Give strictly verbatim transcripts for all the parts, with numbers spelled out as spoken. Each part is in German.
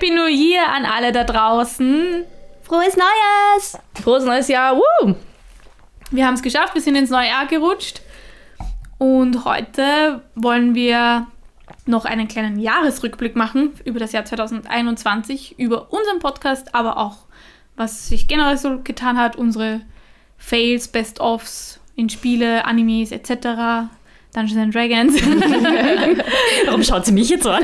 Happy New Year an alle da draußen. Frohes Neues! Frohes neues Jahr. Woo! Wir haben es geschafft, wir sind ins neue Jahr gerutscht. Und heute wollen wir noch einen kleinen Jahresrückblick machen über das Jahr zwanzig einundzwanzig, über unseren Podcast, aber auch, was sich generell so getan hat, unsere Fails, Best-ofs in Spiele, Animes et cetera, Dungeons and Dragons. Warum schaut sie mich jetzt so an?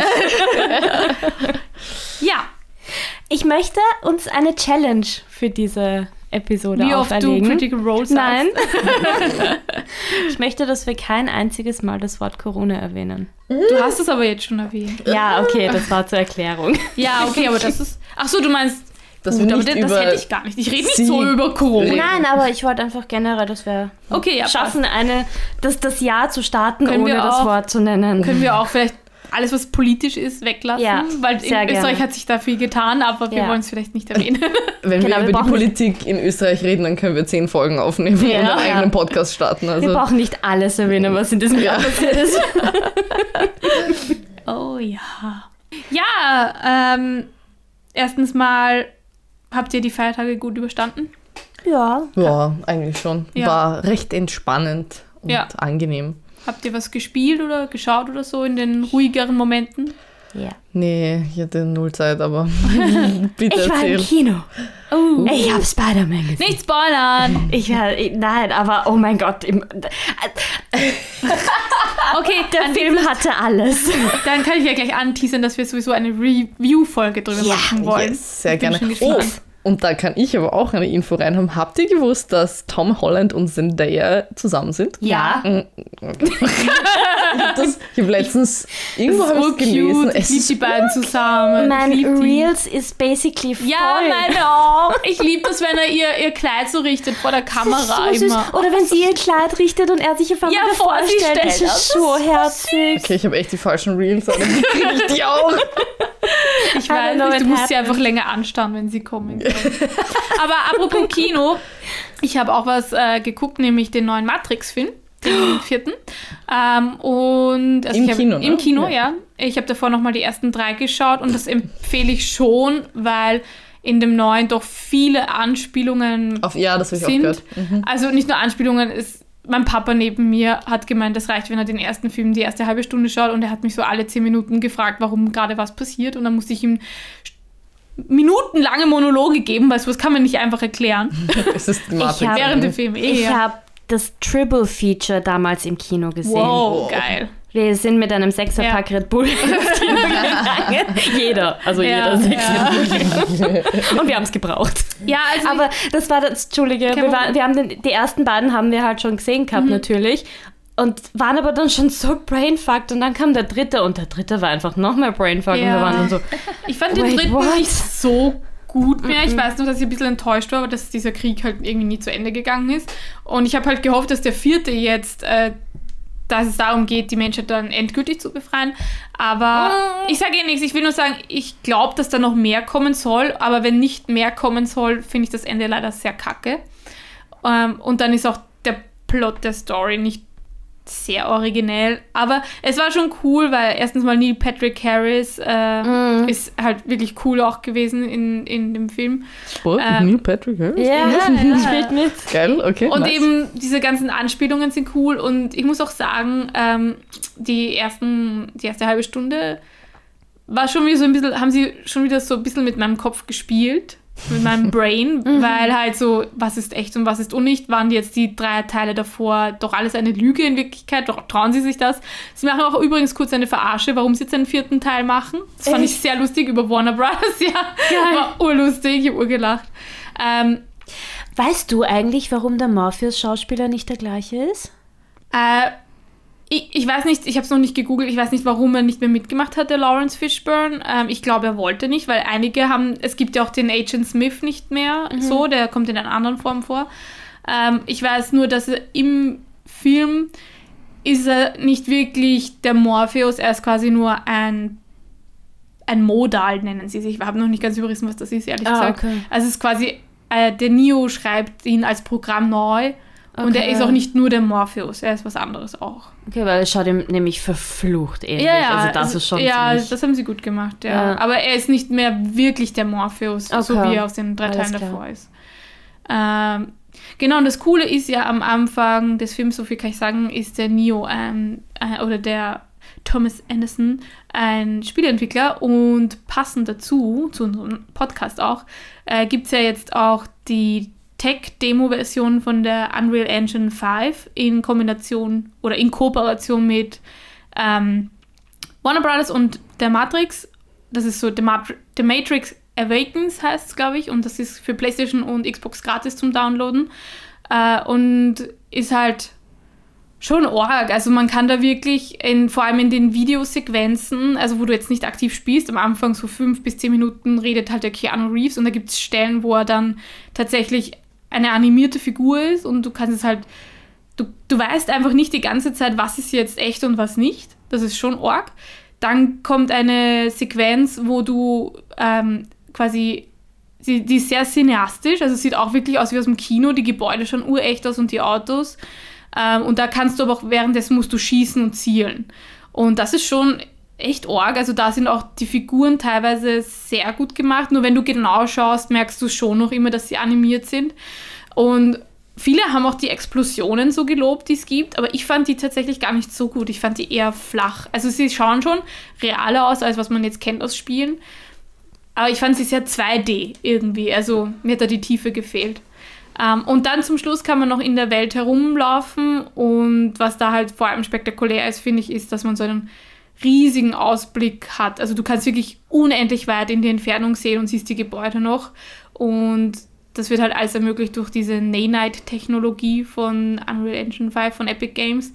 Ja. Ich möchte uns eine Challenge für diese Episode Wie oft auferlegen. du Critical Role sagst. Nein. Ich möchte, dass wir kein einziges Mal das Wort Corona erwähnen. Du hast es aber jetzt schon erwähnt. Ja, okay, das war zur Erklärung. Ja, okay, aber das ist... Ach so, du meinst... Das, Gut, wir aber nicht das, das über hätte ich gar nicht. Ich rede nicht sie so über Corona. Nein, aber ich wollte einfach generell, dass wir Okay, ja, schaffen, eine, das, das Jahr zu starten, Können ohne wir das auch- Wort zu nennen. Können wir auch vielleicht alles, was politisch ist, weglassen? Ja, weil in sehr Österreich gerne. hat sich da viel getan, aber wir Ja. wollen es vielleicht nicht erwähnen. Wenn Genau, wir wir über die brauchen Politik in Österreich reden, dann können wir zehn Folgen aufnehmen Ja. und einen Ja. eigenen Podcast starten. Also Wir brauchen nicht alles erwähnen, was in diesem Jahr Ja. passiert ist. Oh ja. Ja, ähm, erstens mal, habt ihr die Feiertage gut überstanden? Ja. ja, eigentlich schon. Ja. War recht entspannend und Ja. angenehm. Habt ihr was gespielt oder geschaut oder so in den ruhigeren Momenten? Ja. Nee, ich hatte null Zeit, aber bitte Ich war im erzähl. Kino. Oh. Ich habe Spider-Man gesehen. Nicht spoilern! Ich war, ich- nein, aber oh mein Gott, im, Okay, der an Film hatte alles. Dann kann ich ja gleich anteasern, dass wir sowieso eine Review-Folge drüber Ja, machen wollen. Yes, sehr Ich bin gerne. schon Oh, gespannt. und da kann ich aber auch eine Info reinhaben. Habt ihr gewusst, dass Tom Holland und Zendaya zusammen sind? Ja. Das, ich habe letztens irgendwo Das ist hab so ich's gelesen. cute. Ich Es liebe ist die beiden zusammen. Mein ich lieb die. Reels ist basically voll. Ja, meine auch. Ich liebe das, wenn er ihr, ihr Kleid so richtet vor der Das Kamera ist so süß. immer. Oder wenn sie ihr Kleid richtet und er sich auf einmal Ja, davor vor sie stellt. stellt. Das Das ist so herzig. okay, ich habe echt die falschen Reels, aber die kriege ich die auch. Ich I don't weiß know nicht, du what musst sie happened. einfach länger anstarren, wenn sie kommen. Aber apropos Kino, ich habe auch was äh, geguckt, nämlich den neuen Matrix-Film, den vierten. Ähm, und also Im ich hab, Kino, ne? Im Kino, ja. Ja. Ich habe davor nochmal die ersten drei geschaut und das empfehle ich schon, weil in dem neuen doch viele Anspielungen Auf, ja, das habe ich auch sind. gehört. Mhm. Also nicht nur Anspielungen, ist, mein Papa neben mir hat gemeint, das reicht, wenn er den ersten Film die erste halbe Stunde schaut und er hat mich so alle zehn Minuten gefragt, warum gerade was passiert und dann musste ich ihm minutenlange Monologe geben, weil sowas kann man nicht einfach erklären. Es ist die Matrix. Ich hab- Während dem Film. Eh, Ich ja. habe das Triple-Feature damals im Kino gesehen. Wow, geil. Wir sind mit einem Sechserpack Red Bull ins Kino gegangen. Jeder, also Ja, jeder Sechser. ja. Und wir haben es gebraucht. Ja, also Aber das war das, Entschuldige, Kein wir, waren, wir haben den, die ersten beiden haben wir halt schon gesehen gehabt natürlich und waren aber dann schon so brainfucked und dann kam der dritte und der dritte war einfach noch mehr brainfucked Ja. und wir waren dann so, ich fand den Wait, dritten what? nicht so gut mehr. Ich weiß nur, dass ich ein bisschen enttäuscht war, aber dass dieser Krieg halt irgendwie nie zu Ende gegangen ist. Und ich habe halt gehofft, dass der vierte jetzt, äh, dass es darum geht, die Menschheit dann endgültig zu befreien. Aber ich sage eh nichts. Ich will nur sagen, ich glaube, dass da noch mehr kommen soll. Aber wenn nicht mehr kommen soll, finde ich das Ende leider sehr kacke. Ähm, und dann ist auch der Plot der Story nicht sehr originell, aber es war schon cool, weil erstens mal Neil Patrick Harris äh, Mm. ist halt wirklich cool auch gewesen in, in dem Film. Oh, Ähm, Neil Patrick Harris? ja, ja. spielt mit. Geil, okay. Und nice. eben diese ganzen Anspielungen sind cool und ich muss auch sagen, ähm, die ersten, die erste halbe Stunde war schon wieder so ein bisschen, haben sie schon wieder so ein bisschen mit meinem Kopf gespielt, mit meinem Brain, weil halt so, was ist echt und was ist unnicht, waren jetzt die drei Teile davor doch alles eine Lüge in Wirklichkeit, doch trauen sie sich das. Sie machen auch übrigens kurz eine Verarsche, warum sie jetzt einen vierten Teil machen. Das fand ich Echt? sehr lustig über Warner Brothers, ja. War urlustig, ich habe urgelacht. Ähm, Weißt du eigentlich, warum der Morpheus-Schauspieler nicht der gleiche ist? Äh, ich, ich weiß nicht, ich habe es noch nicht gegoogelt, ich weiß nicht, warum er nicht mehr mitgemacht hat, der Lawrence Fishburne. Ähm, ich glaube, er wollte nicht, weil einige haben, es gibt ja auch den Agent Smith nicht mehr so, der kommt in einer anderen Form vor. Ähm, ich weiß nur, dass er im Film ist er nicht wirklich der Morpheus, er ist quasi nur ein ein Modal, nennen sie sich. Ich habe noch nicht ganz überrissen, was das ist, ehrlich Ah, gesagt. okay. Also es ist quasi, äh, der Neo schreibt ihn als Programm neu Und er ist auch nicht nur der Morpheus, er ist was anderes auch. Okay, weil es schaut ihm nämlich verflucht ähnlich. Ja, ja, also das also, ist schon ja, ziemlich... das haben sie gut gemacht, ja. Ja. Aber er ist nicht mehr wirklich der Morpheus, Okay. so wie er aus den drei Alles Teilen klar. davor ist. Ähm, genau, und das Coole ist ja am Anfang des Films, so viel kann ich sagen, ist der Neo ähm, äh, oder der Thomas Anderson ein Spieleentwickler und passend dazu, zu unserem Podcast auch, äh, gibt es ja jetzt auch die Tech-Demo-Version von der Unreal Engine fünf in Kombination oder in Kooperation mit ähm, Warner Brothers und der Matrix. Das ist so The, Mat- The Matrix Awakens heißt es, glaube ich, und das ist für PlayStation und Xbox gratis zum Downloaden äh, und ist halt schon arg. Also man kann da wirklich, in, vor allem in den Videosequenzen, also wo du jetzt nicht aktiv spielst, am Anfang so fünf bis zehn Minuten redet halt der Keanu Reeves und da gibt es Stellen, wo er dann tatsächlich eine animierte Figur ist und du kannst es halt, du, du weißt einfach nicht die ganze Zeit, was ist jetzt echt und was nicht. Das ist schon arg. Dann kommt eine Sequenz, wo du ähm, quasi, die, die ist sehr cineastisch, also es sieht auch wirklich aus wie aus dem Kino, die Gebäude schauen urecht aus und die Autos. Ähm, und da kannst du aber auch, währenddessen musst du schießen und zielen. Und das ist schon echt arg, also da sind auch die Figuren teilweise sehr gut gemacht, nur wenn du genau schaust, merkst du schon noch immer, dass sie animiert sind. Und viele haben auch die Explosionen so gelobt, die es gibt, aber ich fand die tatsächlich gar nicht so gut. Ich fand die eher flach. Also sie schauen schon realer aus, als was man jetzt kennt aus Spielen, aber ich fand sie sehr zwei D irgendwie, also mir hat da die Tiefe gefehlt. Um, und dann zum Schluss kann man noch in der Welt herumlaufen und was da halt vor allem spektakulär ist, finde ich, ist, dass man so einen riesigen Ausblick hat. Also du kannst wirklich unendlich weit in die Entfernung sehen und siehst die Gebäude noch und das wird halt alles ermöglicht durch diese Nanite-Technologie von Unreal Engine fünf von Epic Games,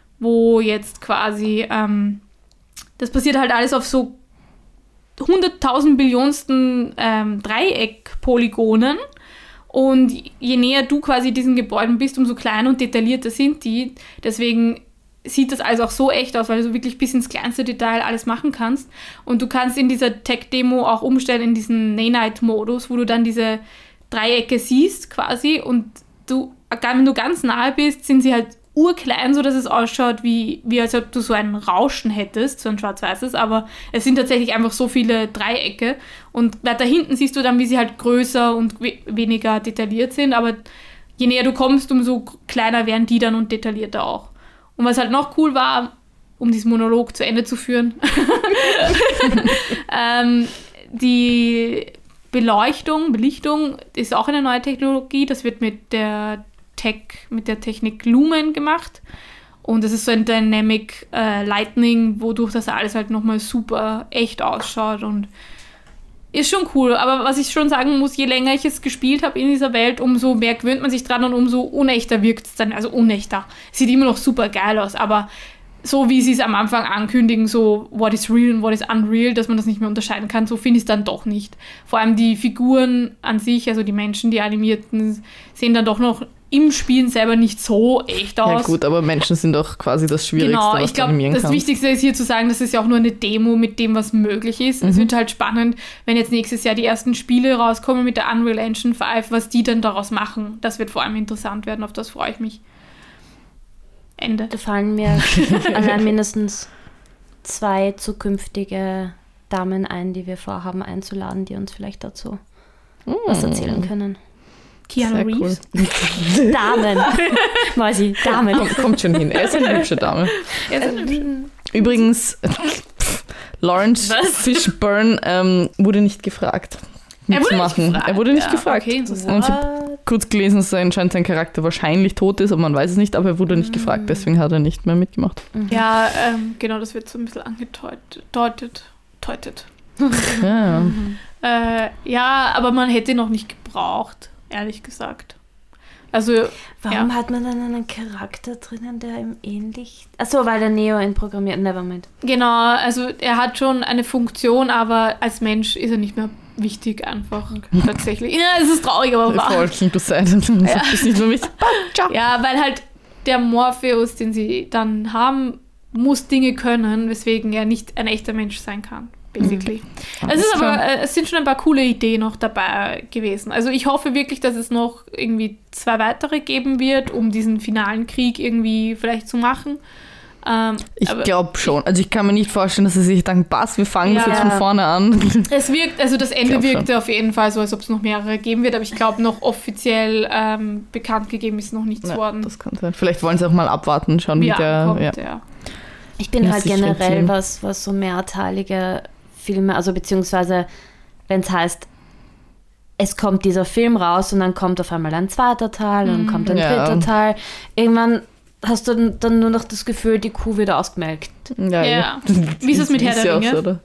wo jetzt quasi, ähm, das passiert halt alles auf so hunderttausend Billionsten ähm, Dreieckpolygonen. Und je näher du quasi diesen Gebäuden bist, umso kleiner und detaillierter sind die. Deswegen sieht das alles auch so echt aus, weil du so wirklich bis ins kleinste Detail alles machen kannst. Und du kannst in dieser Tech-Demo auch umstellen in diesen Nanite-Modus, wo du dann diese Dreiecke siehst quasi. Und du, wenn du ganz nahe bist, sind sie halt urklein, so dass es ausschaut, wie, wie als ob du so ein Rauschen hättest, so ein schwarz-weißes, aber es sind tatsächlich einfach so viele Dreiecke und weiter hinten siehst du dann, wie sie halt größer und we- weniger detailliert sind, aber je näher du kommst, umso kleiner werden die dann und detaillierter auch. Und was halt noch cool war, um diesen Monolog zu Ende zu führen, ähm, die Beleuchtung, Belichtung ist auch eine neue Technologie, das wird mit der Tech, mit der Technik Lumen gemacht und das ist so ein Dynamic äh, Lightning, wodurch das alles halt nochmal super echt ausschaut und ist schon cool, aber was ich schon sagen muss, je länger ich es gespielt habe in dieser Welt, umso mehr gewöhnt man sich dran und umso unechter wirkt es dann, also unechter. Sieht immer noch super geil aus, aber so wie sie es am Anfang ankündigen, so what is real und what is unreal, dass man das nicht mehr unterscheiden kann, so finde ich es dann doch nicht. Vor allem die Figuren an sich, also die Menschen, die animierten, sehen dann doch noch im Spielen selber nicht so echt aus. Ja gut, aber Menschen sind doch quasi das Schwierigste, genau, was ich du glaube, animieren das kannst. Wichtigste ist hier zu sagen, das ist ja auch nur eine Demo mit dem, was möglich ist. Es Mhm. wird halt spannend, wenn jetzt nächstes Jahr die ersten Spiele rauskommen mit der Unreal Engine fünf, was die dann daraus machen. Das wird vor allem interessant werden, auf das freue ich mich. Ende. Da fallen mir allein mindestens zwei zukünftige Damen ein, die wir vorhaben einzuladen, die uns vielleicht dazu Mm. was erzählen können. Keanu Sehr Reeves. cool. Damen. Mausi, Damen. Kommt, kommt schon hin. Er ist eine hübsche Dame. Er ist ein hübscher. Übrigens, Lawrence Was? Fishburne ähm, wurde nicht gefragt, Er wurde nicht mitzumachen. gefragt, Er wurde nicht ja. gefragt. Okay, interessant. Und ich habe kurz gelesen, dass er anscheinend sein Charakter wahrscheinlich tot ist, aber man weiß es nicht, aber er wurde nicht gefragt, deswegen hat er nicht mehr mitgemacht. Ja, ähm, genau, das wird so ein bisschen angedeutet. Deutet, deutet. Ja. Äh, ja, aber man hätte ihn noch nicht gebraucht, ehrlich gesagt. Also, Warum ja. hat man dann einen Charakter drinnen, der ihm ähnlich... Achso, weil der Neo ihn programmiert. Nevermind. Genau, also er hat schon eine Funktion, aber als Mensch ist er nicht mehr wichtig einfach. Tatsächlich. Ja, es ist traurig, aber wahr. Voll klingt das sein. Das ist nicht nur wichtig. Ciao. Ja, weil halt der Morpheus, den sie dann haben, muss Dinge können, weswegen er nicht ein echter Mensch sein kann. basically. Mhm. Es, ist Alles aber, klar. äh, es sind schon ein paar coole Ideen noch dabei gewesen. Also ich hoffe wirklich, dass es noch irgendwie zwei weitere geben wird, um diesen finalen Krieg irgendwie vielleicht zu machen. Ähm, Ich aber glaube schon. Also ich kann mir nicht vorstellen, dass sie sich denken, passt, wir fangen das Ja. jetzt von vorne an. es wirkt, also das Ende glaub schon. wirkte auf jeden Fall so, als ob es noch mehrere geben wird, aber ich glaube, noch offiziell ähm, bekannt gegeben ist noch nichts Ja, worden. das kann sein. Vielleicht wollen sie auch mal abwarten, schauen, wie ja, der... kommt, ja. ja. Ich bin Ja, halt sicher generell, Team. was, was so mehrteilige Filme, also beziehungsweise wenn es heißt, es kommt dieser Film raus und dann kommt auf einmal ein zweiter Teil und dann kommt ein Ja. dritter Teil. Irgendwann hast du dann- dann nur noch das Gefühl, die Kuh wird ausgemelkt. Ja, Ja. Wie ist es mit Herr der ja auch Ringe? so, oder?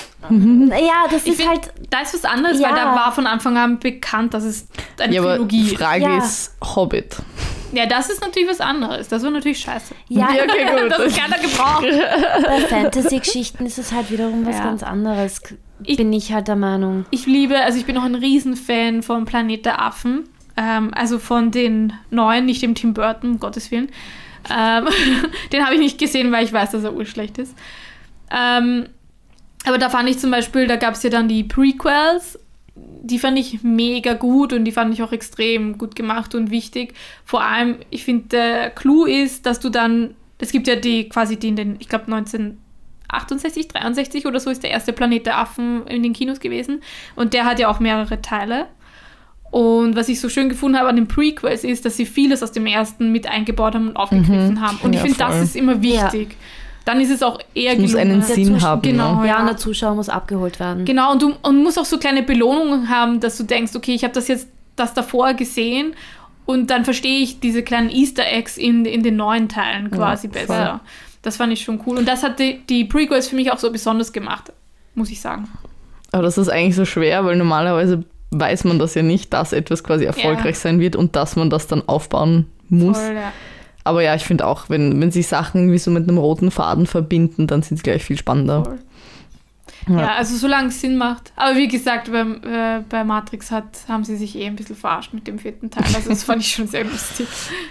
Ja, das Ich ist find, halt, da ist was anderes, Ja. weil da war von Anfang an bekannt, dass es eine Ja, aber Trilogie die ist. Frage Ja. ist Hobbit. Ja, das ist natürlich was anderes. Das war natürlich scheiße. ja, Ja, okay, gut. Das ist keiner gebraucht. bei Fantasy-Geschichten ist es halt wiederum was Ja. ganz anderes, Ich- bin ich halt der Meinung. Ich liebe, also ich bin auch ein Riesenfan von Planet der Affen. Ähm, also von den neuen, nicht dem Tim Burton, um Gottes Willen. Ähm, den habe ich nicht gesehen, weil ich weiß, dass er urschlecht ist. Ähm, aber da fand ich zum Beispiel, da gab es ja dann die Prequels. Die fand ich mega gut und die fand ich auch extrem gut gemacht und wichtig. Vor allem, ich finde, der Clou ist, dass du dann, es gibt ja die quasi die in den, ich glaube neunzehnhundertachtundsechzig, dreiundsechzig oder so ist der erste Planet der Affen in den Kinos gewesen. Und der hat ja auch mehrere Teile. Und was ich so schön gefunden habe an den Prequels ist, dass sie vieles aus dem ersten mit eingebaut haben und aufgegriffen haben. Und Ja, ich finde, das voll. ist immer wichtig. Dann ist es auch eher Es muss gelungen. einen Der Sinn Zusch- haben. Genau. Ne? Ja, ja. und der Zuschauer muss abgeholt werden. Genau, und du und musst auch so kleine Belohnungen haben, dass du denkst, okay, ich habe das jetzt das davor gesehen und dann verstehe ich diese kleinen Easter Eggs in, in den neuen Teilen quasi Ja, besser. voll. Das fand ich schon cool. Und das hat die, die Prequels für mich auch so besonders gemacht, muss ich sagen. Aber das ist eigentlich so schwer, weil normalerweise weiß man das ja nicht, dass etwas quasi erfolgreich Ja. sein wird und dass man das dann aufbauen muss. Voll, ja. Aber ja, ich finde auch, wenn, wenn sich Sachen wie so mit einem roten Faden verbinden, dann sind sie gleich viel spannender. Voll. Ja. Ja, also solange es Sinn macht. Aber wie gesagt, beim, äh, bei Matrix hat, haben sie sich eh ein bisschen verarscht mit dem vierten Teil. Also das fand ich schon sehr lustig.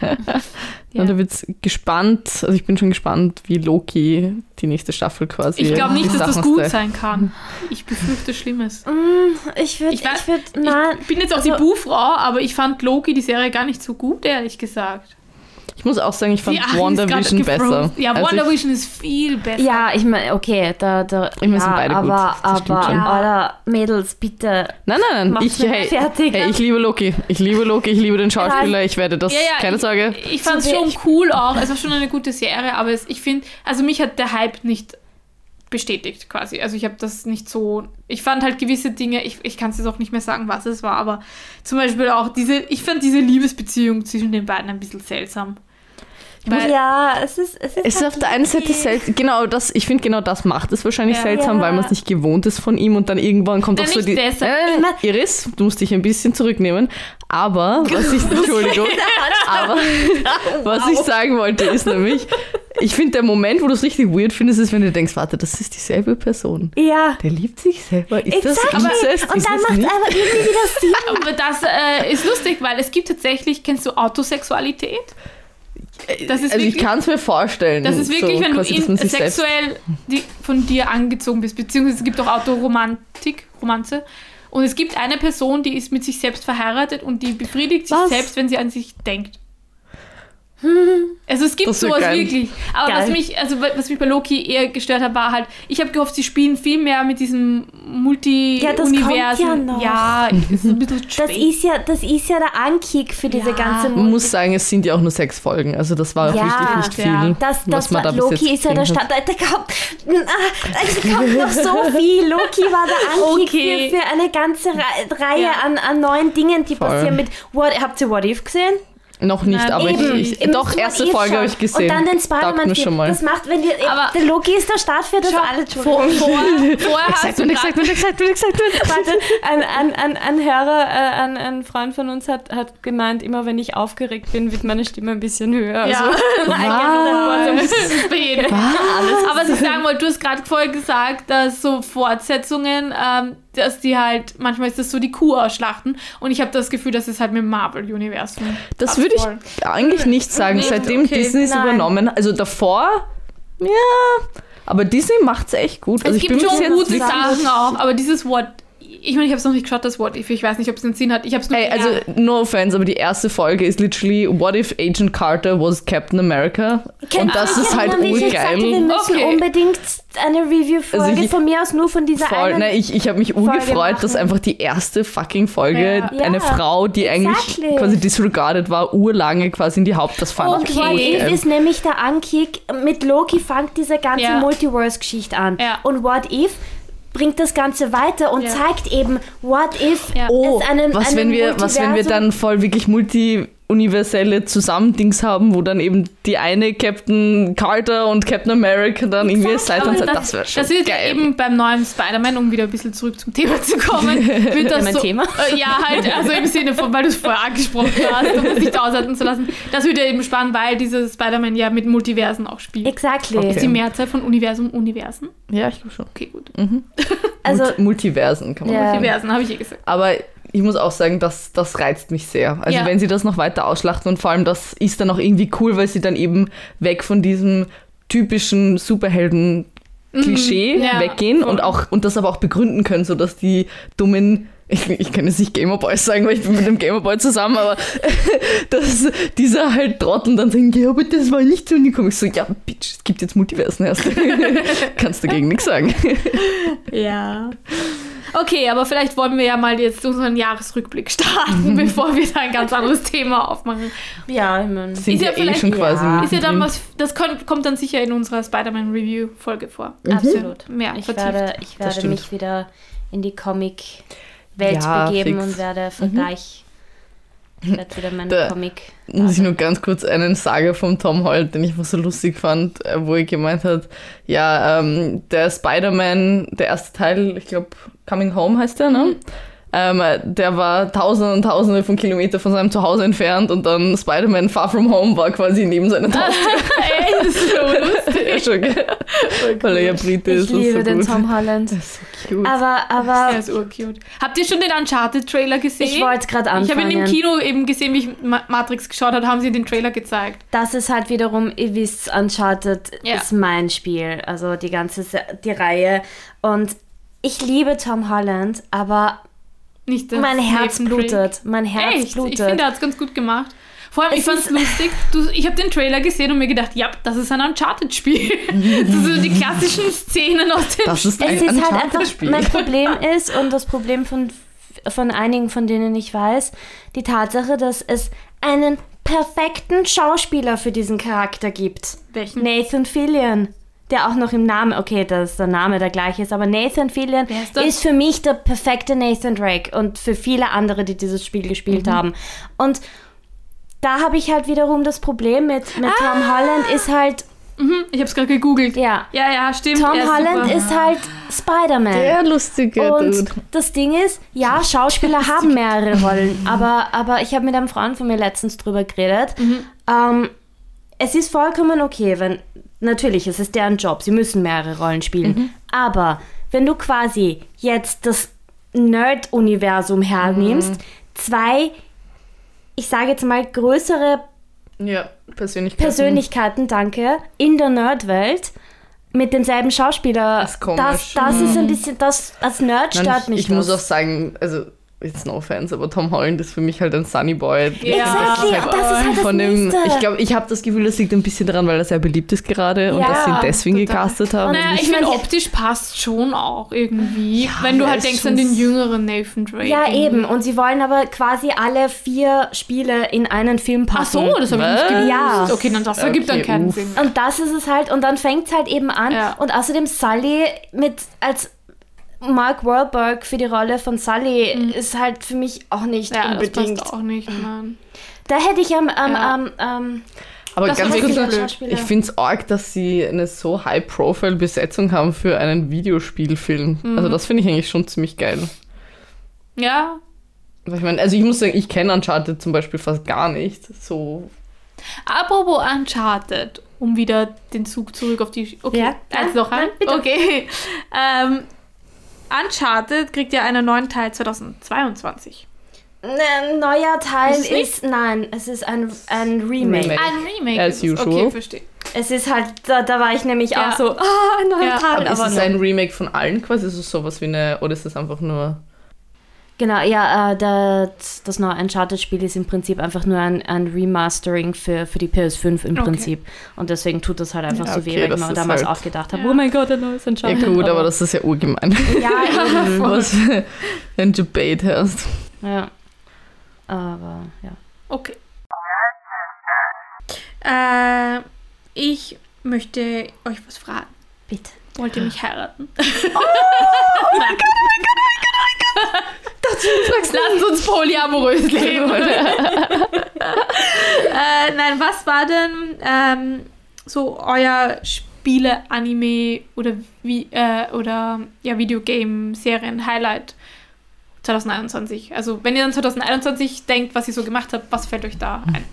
Ja. Und da wird es gespannt, also ich bin schon gespannt, wie Loki die nächste Staffel quasi. Ich glaube nicht, die dass das Sachen gut stylt. sein kann. Ich befürchte Schlimmes. Ich würde, Ich ich, weiß- würd, nein. Ich bin jetzt auch also- die Buhfrau, aber ich fand Loki, die Serie, gar nicht so gut, ehrlich gesagt. Ich muss auch sagen, ich fand Die Ari ist WandaVision grad besser. gefrozen. Ja, Also ich- WandaVision ist viel besser. Ja, ich meine, okay, da, da Ich meine, ja, sind beide gut, aber, das stimmt aber, schon. Alter, Mädels, bitte. Nein, nein, nein. Macht's Ich, mich hey, fertig. hey, ich liebe Loki. Ich liebe Loki, ich liebe den Schauspieler. Ich werde das, Ja, ja, keine ich, Sorge. Ich fand es So schon wie- cool auch. Es war schon eine gute Serie, aber es, ich finde, also mich hat der Hype nicht bestätigt quasi. Also ich habe das nicht so, ich fand halt gewisse Dinge, ich, ich kann es jetzt auch nicht mehr sagen, was es war, aber zum Beispiel auch diese, ich fand diese Liebesbeziehung zwischen den beiden ein bisschen seltsam. Weil, Ja, es ist, es ist, Es ist halt auf der einen Seite okay. seltsam, genau das, ich finde genau das macht es wahrscheinlich Ja. seltsam, Ja. weil man es nicht gewohnt ist von ihm und dann irgendwann kommt Nein, auch so nicht die... deshalb. Nein, nein, nein, Iris, du musst dich ein bisschen zurücknehmen, aber was ich, Entschuldigung, aber was ich sagen wollte ist nämlich, ich finde der Moment, wo du es richtig weird findest, ist, wenn du denkst, warte, das ist dieselbe Person. Ja. Der liebt sich selber. Ist das Exactly. Inzest? Und Ist dann das macht es nicht? einfach irgendwie wieder Sinn. aber das äh, ist lustig, weil es gibt tatsächlich, kennst du Autosexualität? Das ist Also ich wirklich- kann es mir vorstellen. Das ist wirklich, so, wenn du quasi, dass man in, sich selbst- sexuell die, von dir angezogen bist, beziehungsweise es gibt auch Autoromantik, Romanze. Und es gibt eine Person, die ist mit sich selbst verheiratet und die befriedigt sich Was? selbst, wenn sie an sich denkt. Also es gibt Das wär sowas geil. wirklich. Aber was Geil. mich, also was mich bei Loki eher gestört hat, war halt, ich habe gehofft, sie spielen viel mehr mit diesem Ja, das kommt Multi-Universen. ja noch. Ja, es ist ein bisschen Das spät. ist ja, das ist ja der Ankick für diese Ja. ganze Man muss sagen, es sind ja auch nur sechs Folgen. Also das war auch Ja, wirklich nicht viel, ja. Das, was das man da war, bis Loki jetzt ist ja der gesehen Start. Da, da, kommt, ah, da kommt noch so viel. Loki war der Ankick Okay. für, für eine ganze Re Reihe Ja. an, an neuen Dingen, die Voll. passieren mit What, habt ihr What If gesehen? Noch nicht, Nein, aber eben. ich, ich Eben doch, What erste If Folge schon. habe ich gesehen. Und dann den Taugt mir Spider-Man schon mal. Das macht, wenn wir, Aber- der Loki ist der Start für das Schau, alles. vor, vorher, vorher hast du Excitement, grad- excitement, excitement, excitement. Warte, ein, ein, ein, ein Hörer, äh, ein, ein Freund von uns hat, hat gemeint, immer wenn ich aufgeregt bin, wird meine Stimme ein bisschen höher. Ja. Also, Das ist bei jedem. Aber was ich sagen wollte, du hast gerade vorher gesagt, dass so Fortsetzungen, ähm, dass die halt, manchmal ist das so die Kuh ausschlachten und ich habe das Gefühl, dass es halt mit dem Marvel-Universum Das würde abvoll. ich eigentlich nicht sagen. Nicht? Seitdem Okay, Disney es nein. übernommen hat, also davor, ja, Aber Disney macht's echt gut. Also es ich gibt bin schon bis gute jetzt Sachen auch, aber dieses What... Ich meine, ich habe es noch nicht geschaut, das What If. Ich weiß nicht, ob es einen Sinn hat. Ich habe es nur... Hey, also, no offense, aber die erste Folge ist literally What if Agent Carter was Captain America? Kennt Und das ihr, ist halt wie ich gesagt habe, wir urgeil. müssen Okay. unbedingt eine Review-Folge Also ich- von mir aus nur von dieser Voll, einen... nein, ich, ich habe mich Folge urgefreut, dass machen. einfach die erste fucking Folge Ja. eine Ja, Frau, die eigentlich exactly. quasi disregarded war, urlange quasi in die Haupt... Das fand Und ich What richtig If geil. ist nämlich der Ankick, mit Loki fängt diese ganze Ja. Multiverse-Geschichte an. Ja. Und What If bringt das Ganze weiter und Ja. zeigt eben, what if Ja. Oh, es einen, was, einen wenn wir, was wenn wir Multiversum- dann voll wirklich multi-universelle Zusammendings haben, wo dann eben die eine Captain Carter und Captain America dann irgendwie Exakt, Seite an Aber Seite. Das wäre schon das wird geil. ja eben beim neuen Spider-Man, um wieder ein bisschen zurück zum Thema zu kommen, wird das Mein so, Thema? Äh, ja, halt, also im Sinne von, weil du es vorher angesprochen hast, um es nicht aushalten zu lassen. Das wird ja eben spannend, weil dieses Spider-Man ja mit Multiversen auch spielt. Exactly. Okay. Ist die Mehrzahl von Universum Universen? Ja, ich glaube schon. Okay, gut. Also, Multi- Multiversen kann man Ja. sagen. Multiversen, habe ich eh gesagt. Aber ich muss auch sagen, das, das reizt mich sehr. Also Ja. wenn sie das noch weiter ausschlachten und vor allem das ist dann auch irgendwie cool, weil sie dann eben weg von diesem typischen Superhelden-Klischee Mhm, ja, weggehen voll. und auch und das aber auch begründen können, sodass die dummen, ich, ich kann jetzt nicht Gamerboys sagen, weil ich bin mit dem Gamerboy zusammen, aber dass diese halt Trotteln dann sagen, ja, aber das war nicht so in die Comics. So, ja, Bitch, es gibt jetzt Multiversen erst. Kannst dagegen nichts sagen. Ja. Okay, aber vielleicht wollen wir ja mal jetzt unseren Jahresrückblick starten, bevor wir da ein ganz anderes Thema aufmachen. ja, ich meine... Sind Ist ja ja, eh vielleicht- schon quasi ja. Ist ja dann mittendrin. was, das kommt, kommt dann sicher in unserer Spider-Man-Review-Folge vor. Absolut. Mehr Ich vertieft. werde, ich werde stimmt. mich wieder in die Comic-Welt Ja, begeben fix. und werde Vergleich... Ich werde wieder meinen Da- Comic... Muss ich nur ganz kurz einen Saga vom Tom Holland, den ich so lustig fand, äh, wo er gemeint hat, ja, ähm, der Spider-Man, der erste Teil, ich glaube Coming Home heißt der, ne? Ähm, der war tausende und tausende von Kilometern von seinem Zuhause entfernt und dann Spider-Man Far From Home war quasi neben seiner Haustür. Ey, das ist so lustig. Ja, schon, gell? Weil er ja Brite ist. Ich das ist liebe so den gut. Tom Holland. Das ist so cute. Aber, aber Der ist urcute. Habt ihr schon den Uncharted-Trailer gesehen? ich wollte es gerade Ich habe anfangen. ihn im Kino eben gesehen, wie ich Ma- Matrix geschaut habe, haben sie den Trailer gezeigt. Das ist halt wiederum, ihr wisst, Uncharted Ja. ist mein Spiel. Also die ganze, Se- die Reihe. Und ich liebe Tom Holland, aber Nicht das mein Herz Nathan Drake. blutet. Mein Herz Echt? Ich blutet. finde, er hat es ganz gut gemacht. Vor allem, Es ich fand es ist- lustig. Du, ich habe den Trailer gesehen und mir gedacht, ja, das ist ein Uncharted-Spiel. Das sind die klassischen Szenen aus dem Das ist Es ein ist halt einfach, Uncharted-Spiel. mein Problem ist, und das Problem von, von einigen, von denen ich weiß, die Tatsache, dass es einen perfekten Schauspieler für diesen Charakter gibt. Welchen? Nathan Fillion. Der auch noch im Namen, okay, dass der Name der gleiche ist, aber Nathan Fillion Wer ist das? ist für mich der perfekte Nathan Drake und für viele andere, die dieses Spiel gespielt haben. Und da habe ich halt wiederum das Problem mit, mit Tom Holland, ist halt, Mhm, ich habe es gerade gegoogelt. ja, Ja, ja, stimmt. Tom er ist Holland super. ist halt Spider-Man. Der lustige Und Dude. das Ding ist, ja, Schauspieler haben mehrere Rollen, aber, aber ich habe mit einem Freund von mir letztens drüber geredet. Ähm, es ist vollkommen okay, wenn, natürlich, es ist deren Job, sie müssen mehrere Rollen spielen, aber wenn du quasi jetzt das Nerd-Universum hernimmst, zwei, ich sage jetzt mal, größere Ja, Persönlichkeit. Persönlichkeiten, danke, in der Nerd-Welt mit denselben Schauspieler, Das ist komisch. das, das ist ein bisschen, das als Nerd stört Nein, ich, mich ich das. muss auch sagen, also jetzt no offense, aber Tom Holland ist für mich halt ein Sunny Boy. Ja. Exactly, Ja, das ist halt das Von dem, Nächste. ich glaube, ich habe das Gefühl, das liegt ein bisschen daran, weil er sehr beliebt ist gerade und Ja, dass sie ihn deswegen total. gecastet haben. Und Naja, Ich ich finde, mein, optisch passt schon auch irgendwie. wenn du er halt ist denkst schon an den s- jüngeren Nathan Drake. Ja, irgendwie. eben. Und sie wollen aber quasi alle vier Spiele in einen Film Ach passen. so, das habe ich nicht Was? gewusst. Ja. Okay, dann das ergibt Okay, dann keinen uff. Sinn. Und das ist es halt. Und dann fängt es halt eben an. Ja. Und außerdem Sully mit als Mark Wahlberg für die Rolle von Sully ist halt für mich auch nicht Mhm. Ja, das unbedingt. passt auch nicht, Mann. Da hätte ich am, am, Ja. am, am Aber Das ganz war kurz, wirklich blöd. Schauspieler. ich finde es arg, dass sie eine so High-Profile-Besetzung haben für einen Videospielfilm. Mhm. Also das finde ich eigentlich schon ziemlich geil. Ja. Weil Ich meine, also ich muss sagen, ich kenne Uncharted zum Beispiel fast gar nicht. So. Apropos Uncharted, um wieder den Zug zurück auf die... Okay, Ja. eins noch ein. Nein, bitte. Okay. Ähm, Uncharted kriegt ja einen neuen Teil zweitausendzweiundzwanzig. ein neuer Teil Ist es nicht? ist, nein, es ist ein, ein Remake. Remake. Ein Remake. As ist es. usual. Okay, verstehe. Es ist halt, da, da war ich nämlich Ja. auch so, ah, ein neuer Ja. Teil. Aber ist aber es no. ein Remake von allen quasi? Ist es sowas wie eine, oder ist das einfach nur... Genau, ja, äh, das, das neue Uncharted-Spiel ist im Prinzip einfach nur ein, ein Remastering für, für die P S fünf im Okay. Prinzip. Und deswegen tut das halt einfach Ja, so okay, weh, weil das ich mir ist damals halt- auch gedacht habe, Ja. oh mein Gott, ein neues Ja Uncharted. gut, aber das ist ja urgemein, Ja, eben. was für ein Debate hast. Ja. Aber, ja. Okay. Äh, ich möchte euch was fragen. Bitte. Wollt ihr mich heiraten? Lasst uns polyamorös leben. äh, nein, was war denn ähm, so euer Spiele, Anime oder wie äh, oder ja Videogame-Serien-Highlight zwanzig einundzwanzig? Also wenn ihr dann zwanzig einundzwanzig denkt, was ihr so gemacht habt, was fällt euch da ein?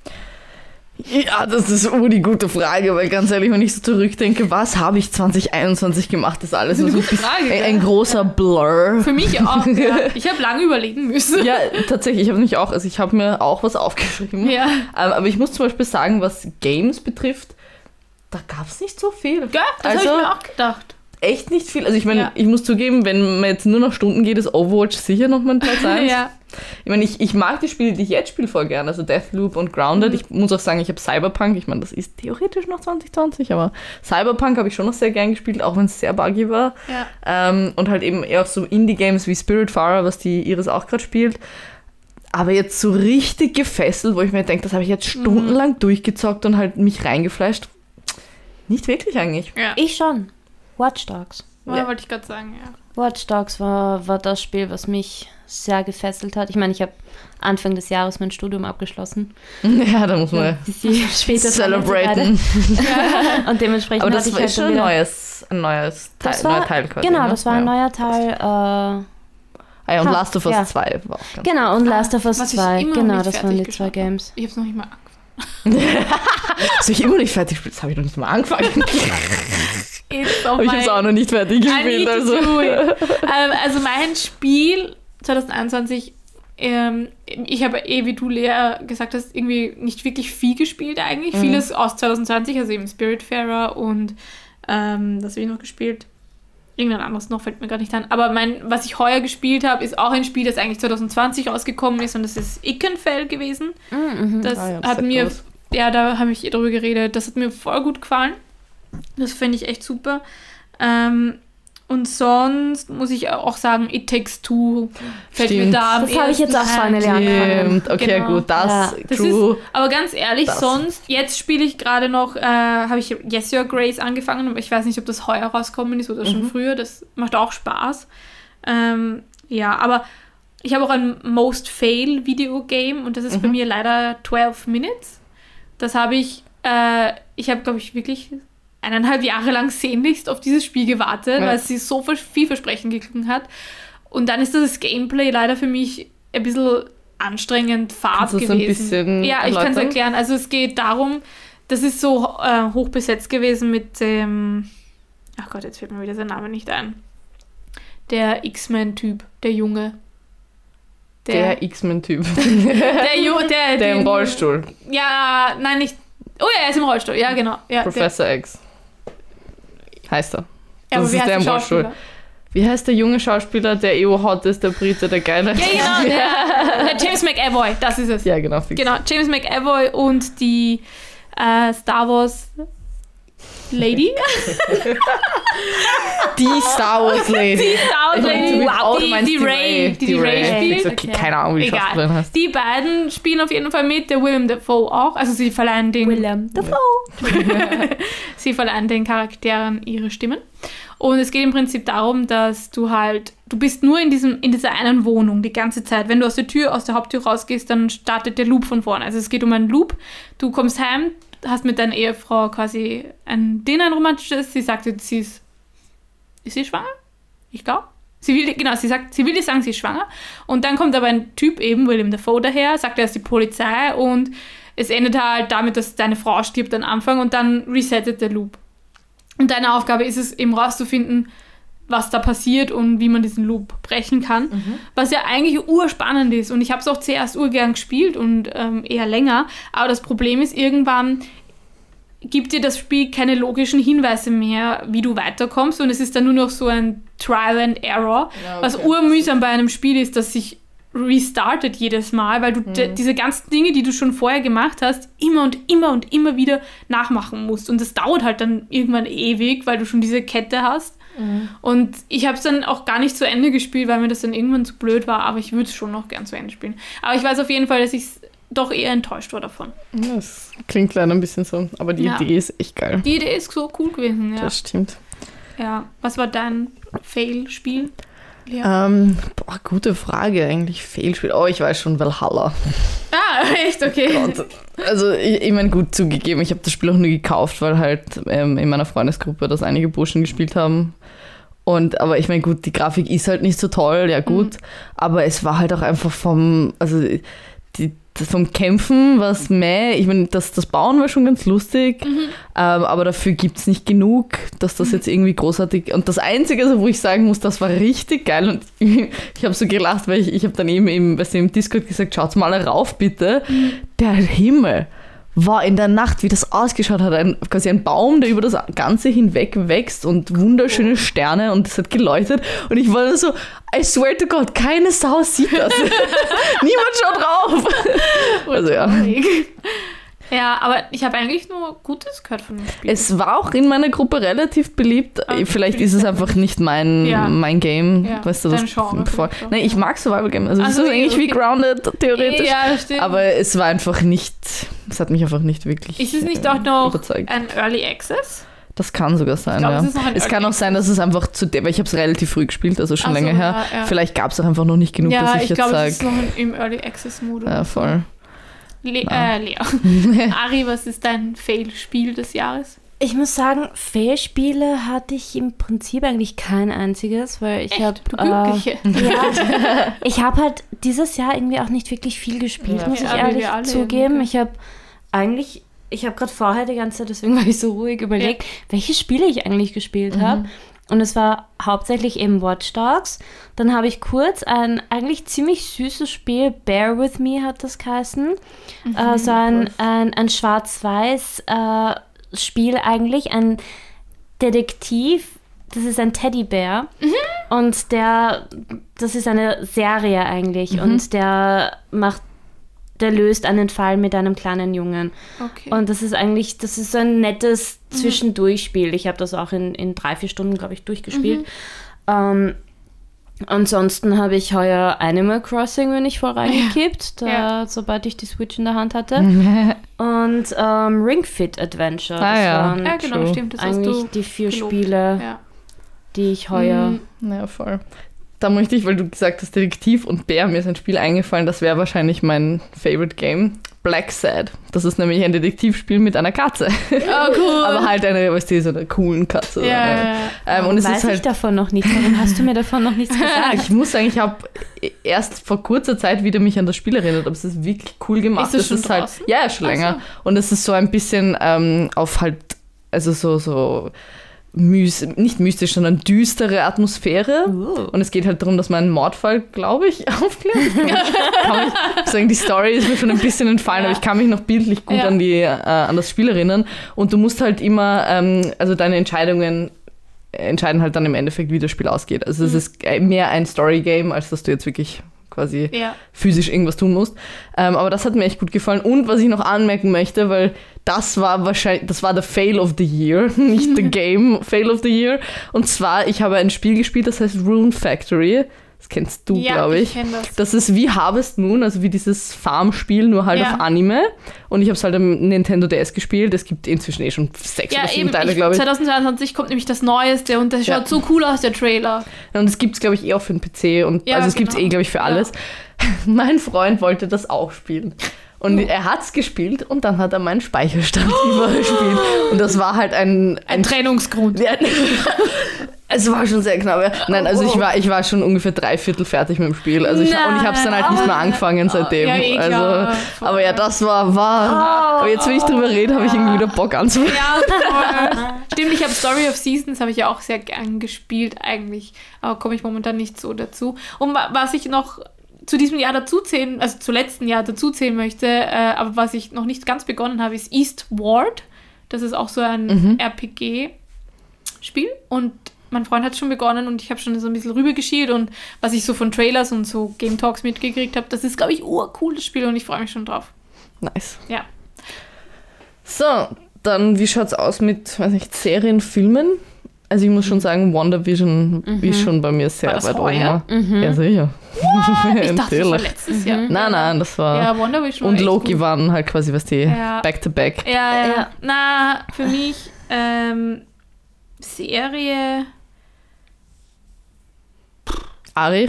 Ja, das ist ur die gute Frage, weil ganz ehrlich, wenn ich so zurückdenke, was habe ich zwanzig einundzwanzig gemacht, ist alles nur so gute Frage, ein, gell? ein großer Blur. Für mich auch. Ja. Ich habe lange überlegen müssen. Ja, tatsächlich, ich habe nämlich auch, also ich habe mir auch was aufgeschrieben. Ja. Ähm, aber ich muss zum Beispiel sagen, was Games betrifft, da gab es nicht so viel. Gell? Das Also- habe ich mir auch gedacht. Echt nicht viel. Also ich meine, Ja. ich muss zugeben, wenn man jetzt nur noch Stunden geht, ist Overwatch sicher noch mein Platz eins. Ja. Ich meine, ich, ich mag die Spiele, die ich jetzt spiele, voll gern. Also Deathloop und Grounded. Mhm. Ich muss auch sagen, ich habe Cyberpunk. Ich meine, das ist theoretisch noch zwanzig zwanzig, aber Cyberpunk habe ich schon noch sehr gern gespielt, auch wenn es sehr buggy war. Ja. Ähm, und halt eben eher auch so Indie-Games wie Spiritfarer, was die Iris auch gerade spielt. Aber jetzt so richtig gefesselt, wo ich mir denke, das habe ich jetzt stundenlang durchgezockt und halt mich reingefleischt. Nicht wirklich eigentlich. Ja. Ich schon. Watch Dogs. Ja. Ja. Wollte ich gerade sagen, ja. Watch Dogs war, war das Spiel, was mich sehr gefesselt hat. Ich meine, ich habe Anfang des Jahres mein Studium abgeschlossen. Ja, da muss man Sie später celebraten. Und dementsprechend Aber hatte das ich war halt ist schon dann ein wieder, neues, ein neues Teil, das war, neuer Teil quasi. Genau, ne? das war ein ja. neuer Teil. Äh, Ah, ja, und Ha, Last of Us ja. zwei war auch ganz genau, und Last of Us Was ich zwei. immer noch Genau, nicht das waren fertig die geschaut zwei habe. Games. Ich habe es noch nicht mal angefangen. Das habe ich immer nicht fertig gespielt. Das habe ich noch nicht mal angefangen. It's Aber ich habe es auch noch nicht fertig I gespielt. need Also. to do it. ähm, also mein Spiel zwanzig einundzwanzig, ähm, ich habe eh, wie du, Lea, gesagt hast, irgendwie nicht wirklich viel gespielt eigentlich. Mhm. Vieles aus zwanzig zwanzig, also eben Spiritfarer und ähm, das habe ich noch gespielt. Irgendein anderes noch, fällt mir gar nicht an. Aber mein, was ich heuer gespielt habe, ist auch ein Spiel, das eigentlich zwanzig zwanzig rausgekommen ist und das ist Ikenfell gewesen. Mhm. Das Ah ja, das hat sagt mir, was. ja, da habe ich eh drüber geredet, das hat mir voll gut gefallen. Das finde ich echt super. Ähm, und sonst muss ich auch sagen, It Takes Two fällt mir Stimmt. da am Das habe ich jetzt auch ehesten vor einer ein. Lehre angefangen. Stimmt. Okay, Genau. gut, das, Ja. Das true. ist, aber ganz ehrlich, Das. sonst, jetzt spiele ich gerade noch, äh, habe ich Yes Your Grace angefangen, aber ich weiß nicht, ob das heuer rauskommen ist oder schon Mhm. früher. Das macht auch Spaß. Ähm, ja, aber ich habe auch ein Most Fail Videogame und das ist bei Mhm. mir leider zwölf Minutes. Das habe ich, äh, ich habe, glaube ich, wirklich eineinhalb Jahre lang sehnlichst auf dieses Spiel gewartet, Ja. weil es sich so vers- vielversprechend geklungen hat. Und dann ist das Gameplay leider für mich ein bisschen anstrengend fad Kannst du es gewesen. ein bisschen ja, ich kann es erläutern? erklären. Also es geht darum, das ist so äh, hoch besetzt gewesen mit dem, ach Gott, jetzt fällt mir wieder sein Name nicht ein. Der X-Men-Typ, der Junge. Der X-Men-Typ. der, Ju, der, Der im den- Rollstuhl. Ja, nein, nicht. Oh ja, er ist im Rollstuhl. Ja, genau. Ja, Professor X. Heißt er. Der, ja, Das aber wie ist heißt der der im Rollstuhl. Schauspieler? Wie heißt der junge Schauspieler, der E O hot ist, der Brite, der Geile? Ja, genau. Der, der James McAvoy, das ist es. Ja, genau. Fix. Genau, James McAvoy und die äh, Star Wars Lady. Die Star Wars Lady. Die Star Wars Ich meine, Lady. du willst- oh, du Die, meinst die Ray, die die Ray Fix, spielt. Okay, keine Ahnung, wie die Schauspielerin Egal. heißt. Die beiden spielen auf jeden Fall mit, der Willem Dafoe auch. Also sie verleihen den, Willem Dafoe. sie verleihen den Charakteren ihre Stimmen. Und es geht im Prinzip darum, dass du halt, du bist nur in, diesem, in dieser einen Wohnung die ganze Zeit. Wenn du aus der Tür, aus der Haupttür rausgehst, dann startet der Loop von vorne. Also es geht um einen Loop. Du kommst heim, hast mit deiner Ehefrau quasi ein Dinner, ein romantisches. Sie sagt dir, sie ist, ist sie schwanger? Ich glaube. Sie will, genau, sie sagt, sie will dir sagen, sie ist schwanger. Und dann kommt aber ein Typ eben, Willem Dafoe daher, sagt, er ist die Polizei und es endet halt damit, dass deine Frau stirbt am Anfang und dann resettet der Loop. Und deine Aufgabe ist es eben rauszufinden, was da passiert und wie man diesen Loop brechen kann. Mhm. Was ja eigentlich urspannend ist. Und ich habe es auch zuerst urgern gespielt und ähm, eher länger. Aber das Problem ist, irgendwann gibt dir das Spiel keine logischen Hinweise mehr, wie du weiterkommst und es ist dann nur noch so ein Trial and Error, ja, okay. Was urmühsam bei einem Spiel ist, dass sich restartet jedes Mal, weil du mhm. de- diese ganzen Dinge, die du schon vorher gemacht hast, immer und immer und immer wieder nachmachen musst und das dauert halt dann irgendwann ewig, weil du schon diese Kette hast mhm. und ich habe es dann auch gar nicht zu Ende gespielt, weil mir das dann irgendwann zu blöd war, aber ich würde es schon noch gern zu Ende spielen. Aber ich weiß auf jeden Fall, dass ich doch eher enttäuscht war davon. Das klingt leider ein bisschen so, aber die ja. Idee ist echt geil. Die Idee ist so cool gewesen, ja. Das stimmt. Ja, was war dein Fail-Spiel? Ähm, boah, gute Frage eigentlich. Fail-Spiel. Oh, ich weiß schon, Valhalla. Ah, echt? Okay. Gott. Also ich, ich meine, gut zugegeben, ich habe das Spiel auch nur gekauft, weil halt ähm, in meiner Freundesgruppe das einige Burschen gespielt haben. Und, aber ich meine, gut, die Grafik ist halt nicht so toll, ja gut, mhm. aber es war halt auch einfach vom, also die, vom Kämpfen was meh, ich meine, das, das Bauen war schon ganz lustig, mhm. ähm, aber dafür gibt es nicht genug, dass das jetzt irgendwie großartig, und das Einzige, also wo ich sagen muss, das war richtig geil und ich, ich habe so gelacht, weil ich, ich habe dann eben im, weißt du, im Discord gesagt, schaut mal rauf bitte, mhm. der Himmel war in der Nacht, wie das ausgeschaut hat, ein, quasi ein Baum, der über das Ganze hinweg wächst und wunderschöne oh. Sterne und es hat geleuchtet und ich war so, I swear to God, keine Sau sieht das. Niemand schaut drauf. Also ja. Ja, aber ich habe eigentlich nur Gutes gehört von dem Spiel. Es war auch in meiner Gruppe relativ beliebt. Okay, vielleicht ist es einfach nicht mein, ja. mein Game. Ja, weißt du, das bevor. Nein, ich mag Survival Game. Also, also es ist eigentlich okay. wie Grounded, theoretisch. Ja, stimmt. Aber es war einfach nicht, es hat mich einfach nicht wirklich Ist es nicht auch noch überzeugt. Ein Early Access? Das kann sogar sein, glaub, ja. Es, es kann auch sein, dass es einfach zu dem, weil ich habe es relativ früh gespielt, also schon Ach länger so, her. Ja, ja. Vielleicht gab es auch einfach noch nicht genug, ja, dass ich, ich jetzt sage. Ja, ich glaube, es ist noch im Early Access Modus. Ja, voll. Le- äh, Lea. Ari, was ist dein Fail-Spiel des Jahres? Ich muss sagen, Fail-Spiele hatte ich im Prinzip eigentlich kein einziges, weil ich habe äh, ja, ich habe halt dieses Jahr irgendwie auch nicht wirklich viel gespielt, ja. muss ich ja, ehrlich zugeben. Ich habe eigentlich, ich habe gerade vorher die ganze Zeit, deswegen war ich so ruhig überlegt, ja. welche Spiele ich eigentlich gespielt mhm. habe. Und es war hauptsächlich eben Watch Dogs. Dann habe ich kurz ein eigentlich ziemlich süßes Spiel, Bear With Me hat das geheißen. Mhm, äh, so ein, ein, ein schwarz-weiß äh, Spiel eigentlich, ein Detektiv, das ist ein Teddybär. Mhm. Und der, das ist eine Serie eigentlich. Mhm. Und der macht der löst einen Fall mit einem kleinen Jungen. Okay. Und das ist eigentlich, das ist so ein nettes mhm. Zwischendurchspiel. Ich habe das auch in, in drei, vier Stunden, glaube ich, durchgespielt. Mhm. Ähm, ansonsten habe ich heuer Animal Crossing, wenn ich voll reingekippt, da, ja. sobald ich die Switch in der Hand hatte. Und ähm, Ring Fit Adventure. Ah, das ja. waren ja, genau, stimmt. Das eigentlich hast du die vier gelobt. Spiele, ja. die ich heuer... Mhm. Ja, voll. Da möchte ich, weil du gesagt hast, Detektiv und Bär, mir ist ein Spiel eingefallen, das wäre wahrscheinlich mein Favorite Game. Black Sad. Das ist nämlich ein Detektivspiel mit einer Katze. Oh, cool. Aber halt eine, weißt du, so eine coolen Katze. Ja, ja, ja. Ähm, und es weiß ist halt, ich davon noch nichts. Warum hast du mir davon noch nichts gesagt? Ich muss sagen, ich habe erst vor kurzer Zeit wieder mich an das Spiel erinnert, aber es ist wirklich cool gemacht. Ist das schon ist halt, draußen? ja, schon länger. So. Und es ist so ein bisschen ähm, auf halt, also so, so Mys- nicht mystisch, sondern düstere Atmosphäre. Uh. Und es geht halt darum, dass man einen Mordfall, glaube ich, aufklärt. Ich kann mich sagen, die Story ist mir schon ein bisschen entfallen, ja. aber ich kann mich noch bildlich gut ja. an, die, äh, an das Spiel erinnern. Und du musst halt immer, ähm, also deine Entscheidungen entscheiden halt dann im Endeffekt, wie das Spiel ausgeht. Also mhm. es ist mehr ein Story-Game, als dass du jetzt wirklich quasi ja. physisch irgendwas tun musst. Ähm, aber das hat mir echt gut gefallen. Und was ich noch anmerken möchte, weil das war wahrscheinlich, das war der Fail of the Year, nicht the Game Fail of the Year. Und zwar, ich habe ein Spiel gespielt, das heißt Rune Factory. Das kennst du, ja, glaube ich. ich kenn das. Das ist wie Harvest Moon, also wie dieses Farm-Spiel, nur halt ja. auf Anime. Und ich habe es halt am Nintendo D S gespielt. Es gibt inzwischen eh schon sechs ja, oder sieben eben, Teile, ich, glaube ich. zweitausendzweiundzwanzig kommt nämlich das Neueste und das schaut ja. so cool aus, der Trailer. Und es gibt es, glaube ich, eh auch für den P C. Und, ja, also es genau. gibt es eh, glaube ich, für alles. Ja. Mein Freund wollte das auch spielen. Und oh. er hat es gespielt und dann hat er meinen Speicherstand oh. überspielt. Und das war halt ein... Ein, ein Trennungsgrund. Ja, es war schon sehr knapp. Ja. Nein, also ich war, ich war schon ungefähr drei Viertel fertig mit dem Spiel. Also ich, und ich habe es dann halt nicht mehr angefangen seitdem. Ja, eh, also, aber ja, das war wahr. Oh. Aber jetzt, wenn ich drüber rede, habe ich irgendwie wieder Bock anzufangen. Ja, voll. Stimmt, ich habe Story of Seasons, habe ich ja auch sehr gern gespielt eigentlich. Aber komme ich momentan nicht so dazu. Und was ich noch... zu diesem Jahr dazuzählen, also zu letzten Jahr dazuzählen möchte, äh, aber was ich noch nicht ganz begonnen habe, ist Eastward. Das ist auch so ein Mhm. R P G-Spiel. Und mein Freund hat schon begonnen und ich habe schon so ein bisschen rübergeschielt. Und was ich so von Trailers und so Game Talks mitgekriegt habe, das ist, glaube ich, urcooles Spiel und ich freue mich schon drauf. Nice. Ja. So, dann wie schaut's aus mit, weiß nicht, Serien, Filmen? Also ich muss schon sagen, WandaVision ist schon bei mir sehr War das weit oben. heuer? Mhm. Ja, sicher. Ich dachte, das war Natürlich. letztes Jahr. Nein, nein, das war... Ja, WandaVision war und echt Loki gut. waren halt quasi, was die Ja. back-to-back. Ja, ja. Ja. Na, für mich ähm, Serie... Ari?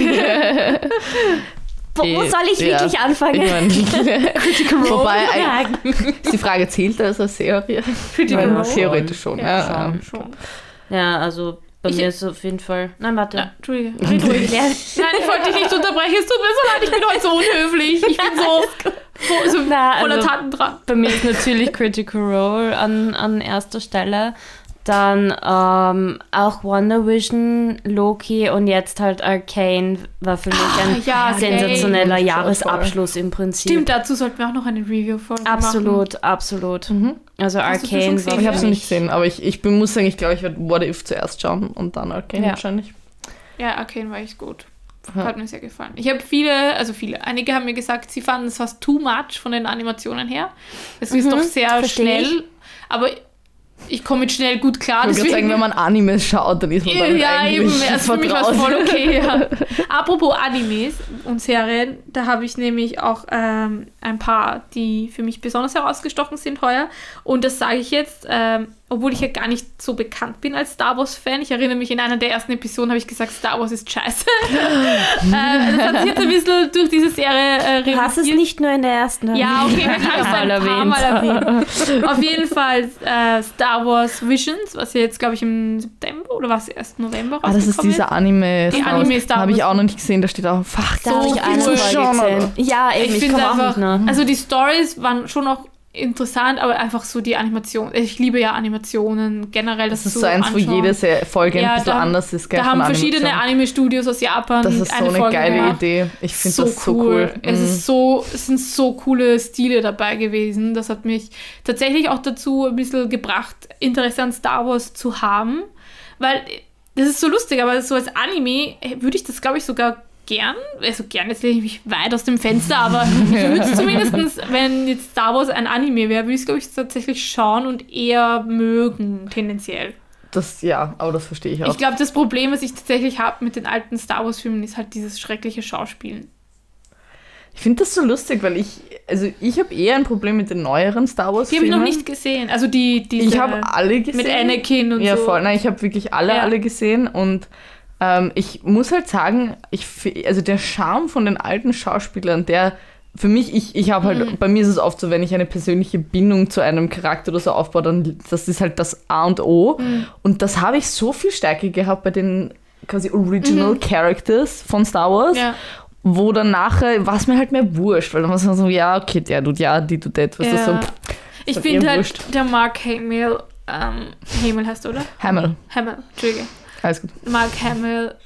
Wo, wo soll ich Ja. wirklich anfangen? Ich mein, wobei, Sagen. ist die Frage, zählt das als Serie? Critical Weil Role. theoretisch schon. Ja, Ja, schon. Schon. Ja, also bei Ich- mir ist es auf jeden Fall... Nein, warte. Ja, Entschuldige. Red ruhig. Ja. Nein, ich wollte dich nicht unterbrechen. Es tut mir so leid, ich bin heute so unhöflich. Ich bin so, vo- so Na, voller also- Taten dran. Bei mir ist natürlich Critical Role an, an erster Stelle. Dann ähm, auch WandaVision, Loki und jetzt halt Arcane war für mich ein ja, sensationeller Arcane. Jahresabschluss im Prinzip. Stimmt, dazu sollten wir auch noch eine Review-Folge machen. Absolut, absolut. Also Hast du schon Arcane gesehen? war Ich habe für sie nicht mich- gesehen, aber ich, ich bin, muss sagen, ich glaube, ich werde What If zuerst schauen und dann Arcane Ja. wahrscheinlich. Ja, Arcane war echt gut. Ja. Hat mir sehr gefallen. Ich habe viele, also viele, einige haben mir gesagt, sie fanden es fast too much von den Animationen her. Es ist Mhm, doch sehr versteh schnell, ich. aber ich komme mit schnell gut klar. Ich würde sagen, wenn man Animes schaut, dann ist man dann ja, eben, eigentlich also für mich war es vertraut. voll okay. Ja. Apropos Animes und Serien, da habe ich nämlich auch ähm, ein paar, die für mich besonders herausgestochen sind heuer. Und das sage ich jetzt, ähm, obwohl ich ja gar nicht so bekannt bin als Star Wars-Fan. Ich erinnere mich, in einer der ersten Episoden habe ich gesagt, Star Wars ist scheiße. äh, das hat sich jetzt ein bisschen durch diese Serie äh, Du hast es revidiert. nicht nur in der ersten. Ja, okay, ich habe es Mal ein paar erwähnt. Mal erwähnt. Auf jeden Fall äh, Star Wars Visions, was ja jetzt, glaube ich, im September oder was erst November Ah, das ist rausgekommen dieser Anime. Die Anime Star Habe ich Wars. auch noch nicht gesehen, da steht auch Fach. Da habe so ich eine cool. Folge Schon, gesehen. Ja, eben, Ich ich, finde komme auch einfach, nicht nach. also die Stories waren schon auch interessant, aber einfach so die Animation. Ich liebe ja Animationen generell. Das ist so so eins, wo anschauen. jede Se- Folge Ja, ein bisschen da- anders ist. Gell, Da haben von verschiedene Animation. Anime-Studios aus Japan Das ist so eine Folge geile gemacht. Idee. Ich finde das so cool. Es Mhm. ist so, es sind so coole Stile dabei gewesen. Das hat mich tatsächlich auch dazu ein bisschen gebracht, Interesse an Star Wars zu haben. Weil das ist so lustig, aber so als Anime äh, würde ich das, glaube ich, sogar gern, also gern, jetzt lehne ich mich weit aus dem Fenster, aber ich würde es zumindest, wenn jetzt Star Wars ein Anime wäre, würde ich es, glaube ich, tatsächlich schauen und eher mögen, tendenziell. Das, ja, aber das verstehe ich auch. Ich glaube, das Problem, was ich tatsächlich habe mit den alten Star Wars-Filmen, ist halt dieses schreckliche Schauspielen. Ich finde das so lustig, weil ich, also ich habe eher ein Problem mit den neueren Star Wars Die habe ich Filmen. noch nicht gesehen. Also die, die Ich habe alle gesehen. mit Anakin und Ja, so. voll. Nein, ich habe wirklich alle, Ja. alle gesehen und ähm, ich muss halt sagen, ich, fi- also der Charme von den alten Schauspielern, der für mich, ich, ich habe halt, Mhm. bei mir ist es oft so, wenn ich eine persönliche Bindung zu einem Charakter oder so aufbaue, dann das ist halt das A und O. Mhm. Und das habe ich so viel stärker gehabt bei den quasi Original Characters von Star Wars. Mhm. Ja. Wo dann nachher war es mir halt mehr wurscht, weil dann war es so, ja, okay, der tut ja, die tut das, was Ja. das so, Ich ist finde eh halt, wurscht. der Mark Hamill, ähm, Hamill heißt er, oder? Hamill, Hamill, Entschuldige. alles gut. Mark Hamill,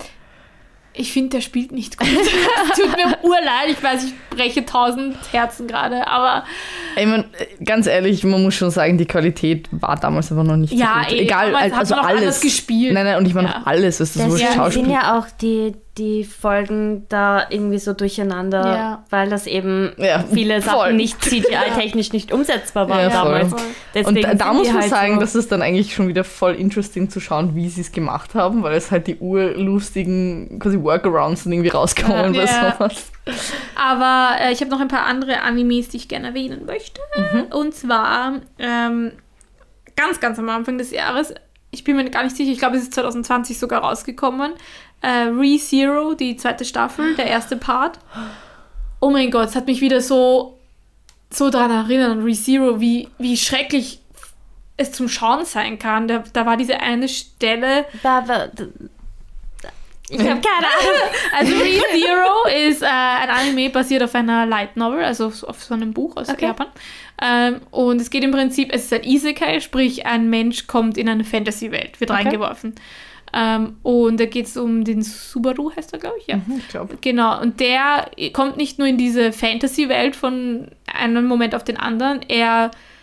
ich finde, der spielt nicht gut. Tut mir urleid, ich weiß, ich breche tausend Herzen gerade, aber Ich mein, ganz ehrlich, man muss schon sagen, die Qualität war damals aber noch nicht ja, so gut. eh, Egal, damals hat also man noch alles. anders gespielt. Nein, nein, und ich meine Ja. auch alles, ist das wurscht, Deswegen Schauspiel. sind ja auch die, die Folgen da irgendwie so durcheinander, Ja. weil das eben Ja, viele voll. Sachen nicht C G I-technisch nicht umsetzbar waren Ja, voll. damals. Voll. Deswegen Und da, da sind muss die man halt sagen, so, das ist dann eigentlich schon wieder voll interesting zu schauen, wie sie es gemacht haben, weil es halt die urlustigen quasi Workarounds sind irgendwie rauskommen bei Ja. sowas. Aber äh, ich habe noch ein paar andere Animes, die ich gerne erwähnen möchte. Mhm. Und zwar ähm, ganz, ganz am Anfang des Jahres, ich bin mir gar nicht sicher, ich glaube, es ist zwanzig zwanzig sogar rausgekommen, äh, Re:Zero, die zweite Staffel, der erste Part. Oh mein Gott, es hat mich wieder so, so daran erinnert, an Re:Zero, wie, wie schrecklich es zum Schauen sein kann. Da, da war diese eine Stelle, Da, da, da, ich habe keine Ahnung. also Re:Zero ist äh, ein Anime basiert auf einer Light Novel, also auf so einem Buch aus Okay. Japan. Ähm, und es geht im Prinzip, es ist ein Isekai, sprich ein Mensch kommt in eine Fantasy-Welt, wird Okay. reingeworfen. Ähm, und da geht es um den Subaru, heißt er, glaube ich, ja. Ich glaube. Genau, und der kommt nicht nur in diese Fantasy-Welt von einem Moment auf den anderen, er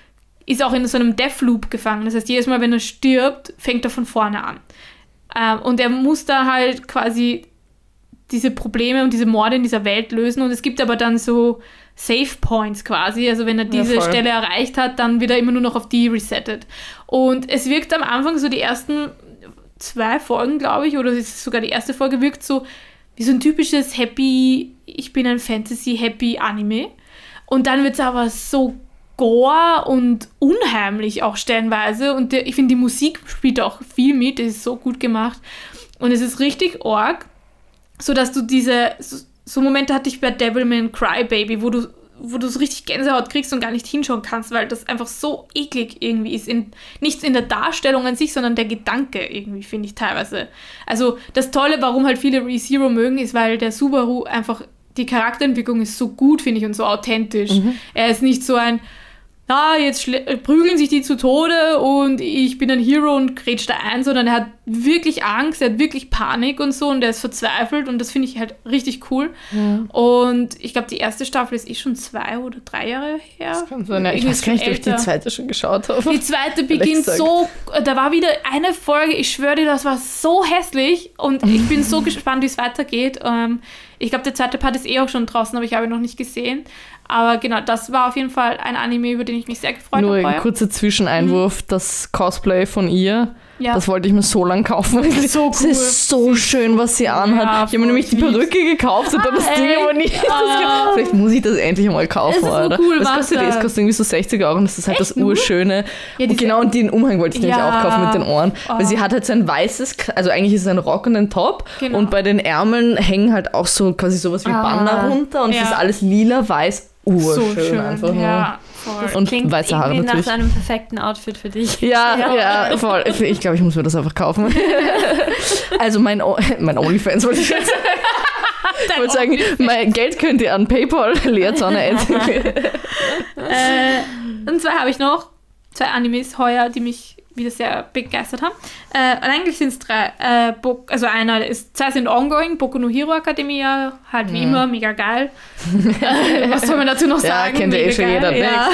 ist auch in so einem Deathloop gefangen. Das heißt, jedes Mal, wenn er stirbt, fängt er von vorne an. Ähm, und er muss da halt quasi diese Probleme und diese Morde in dieser Welt lösen. Und es gibt aber dann so Save Points quasi. Also wenn er diese ja, Stelle erreicht hat, dann wird er immer nur noch auf die resettet. Und es wirkt am Anfang so die ersten zwei Folgen, glaube ich, oder es ist sogar die erste Folge, wirkt so wie so ein typisches Happy, ich bin ein Fantasy-Happy-Anime. Und dann wird es aber so gore und unheimlich auch stellenweise. Und der, ich finde, die Musik spielt auch viel mit, das ist so gut gemacht. Und es ist richtig arg, sodass du diese, so, so Momente hatte ich bei Devilman Crybaby, wo du wo du so richtig Gänsehaut kriegst und gar nicht hinschauen kannst, weil das einfach so eklig irgendwie ist. In, nichts in der Darstellung an sich, sondern der Gedanke irgendwie, finde ich teilweise. Also das Tolle, warum halt viele ReZero mögen, ist, weil der Subaru einfach, die Charakterentwicklung ist so gut, finde ich, und so authentisch. Mhm. Er ist nicht so ein, na, jetzt schl- prügeln sich die zu Tode und ich bin ein Hero und grätsch da ein, sondern er hat wirklich Angst, er hat wirklich Panik und so und er ist verzweifelt und das finde ich halt richtig cool. Ja. Und ich glaube, die erste Staffel ist eh schon zwei oder drei Jahre her. Das kann sein, ja. Ich weiß gar nicht, ob ich die zweite schon geschaut habe. Die zweite beginnt so, da war wieder eine Folge, ich schwöre dir, das war so hässlich und ich bin so gespannt, wie es weitergeht. Ich glaube, der zweite Part ist eh auch schon draußen, aber ich habe ihn noch nicht gesehen. Aber genau, das war auf jeden Fall ein Anime, über den ich mich sehr gefreut habe. Nur ein kurzer Zwischeneinwurf, mhm. das Cosplay von ihr, ja. das wollte ich mir so lange kaufen. Das ist so cool. Das ist so schön, was sie anhat. Ja, ich habe mir nämlich die Perücke gekauft und dann das Ding aber nicht. Ah. Vielleicht muss ich das endlich mal kaufen. Das ist so Alter. Cool, was kostet das? Das kostet irgendwie so sechzig Euro und das ist halt Echt? Das Urschöne. Ja, und genau, und den Umhang wollte ich nämlich ja. auch kaufen mit den Ohren. Oh. Weil sie hat halt so ein weißes, also eigentlich ist es ein Rock und ein Top genau. und bei den Ärmeln hängen halt auch so quasi sowas wie ah. Banner runter und es ja. ist alles lila, weiß, urschön so schön. Einfach nur. Ja. Voll. Und klingt weiße Haare irgendwie natürlich. Nach so einem perfekten Outfit für dich. Ja, ja, ja voll. Ich glaube, ich muss mir das einfach kaufen. Also mein, o- mein OnlyFans wollte ich jetzt ich wollte sagen, mein Geld könnt ihr an PayPal Leerzahne äh, Und zwar habe ich noch zwei Animes heuer, die mich wieder sehr begeistert haben. Äh, und eigentlich sind es drei. Äh, Bo- also einer ist, zwei sind ongoing, Boku no Hero Academia, halt wie ja. immer, mega geil. äh, was soll man dazu noch sagen? Ja, kennt ja eh schon jeder. Ja.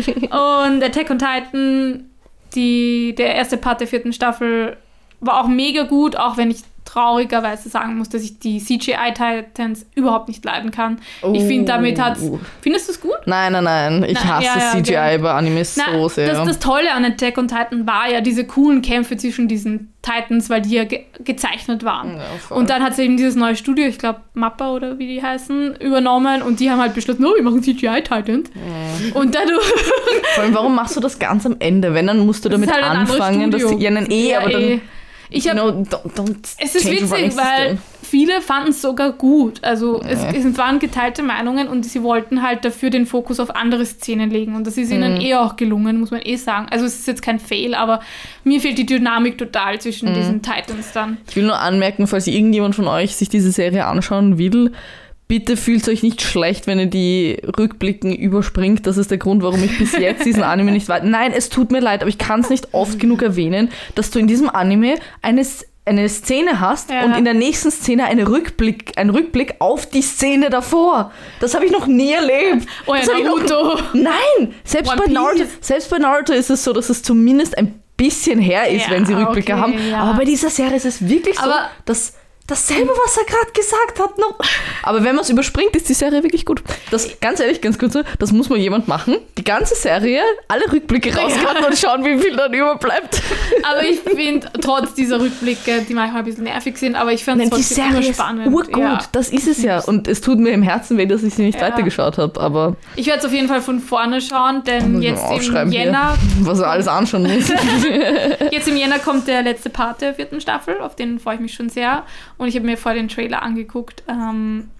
Und Attack on Titan, die, der erste Part der vierten Staffel war auch mega gut, auch wenn ich traurigerweise sagen muss, dass ich die C G I-Titans überhaupt nicht leiden kann. Oh. Ich finde, damit hat's... Findest du es gut? Nein, nein, nein. Ich nein, hasse ja, ja, C G I okay. bei Animes Na, so sehr. Das, das Tolle an Attack on Titan war ja diese coolen Kämpfe zwischen diesen Titans, weil die ja ge- gezeichnet waren. Ja, und dann hat sie eben dieses neue Studio, ich glaube Mappa oder wie die heißen, übernommen und die haben halt beschlossen, no, wir machen C G I-Titans. Ja. Und dadurch... Vor allem, warum machst du das ganz am Ende? Wenn, dann musst du damit halt anfangen. Dass die, ja, nein, eh, ja, aber dann... Eh. Ich hab, you know, don't, don't es ist witzig, weil viele fanden es sogar gut. Also ja. es, es waren geteilte Meinungen und sie wollten halt dafür den Fokus auf andere Szenen legen. Und das ist ihnen mhm. eh auch gelungen, muss man eh sagen. Also es ist jetzt kein Fail, aber mir fehlt die Dynamik total zwischen mhm. diesen Titans dann. Ich will nur anmerken, falls irgendjemand von euch sich diese Serie anschauen will, bitte fühlt euch nicht schlecht, wenn ihr die Rückblicken überspringt. Das ist der Grund, warum ich bis jetzt diesen Anime nicht weiter... Nein, es tut mir leid, aber ich kann es nicht oft genug erwähnen, dass du in diesem Anime eine, eine Szene hast ja. und in der nächsten Szene eine Rückblick, einen Rückblick auf die Szene davor. Das habe ich noch nie erlebt. Oh ja, Naruto. Noch, nein, selbst bei, Naruto, selbst bei Naruto ist es so, dass es zumindest ein bisschen her ist, ja, wenn sie Rückblicke okay, haben. Ja. Aber bei dieser Serie ist es wirklich so, aber dass... Dasselbe, was er gerade gesagt hat. No. Aber wenn man es überspringt, ist die Serie wirklich gut. Das, ganz ehrlich, ganz kurz, das muss mal jemand machen. Die ganze Serie, alle Rückblicke rauscutten ja. und schauen, wie viel dann überbleibt. Aber ich finde, trotz dieser Rückblicke, die manchmal ein bisschen nervig sind, aber ich fand es trotzdem immer spannend. Ist urgut, ja. das ist es ja. Und es tut mir im Herzen weh, dass ich sie nicht ja. weitergeschaut habe. Aber ich werde es auf jeden Fall von vorne schauen, denn jetzt im Jänner... Hier, was er alles anschauen muss. Jetzt im Jänner kommt der letzte Part der vierten Staffel, auf den freue ich mich schon sehr. Und ich habe mir vorher den Trailer angeguckt. Ähm,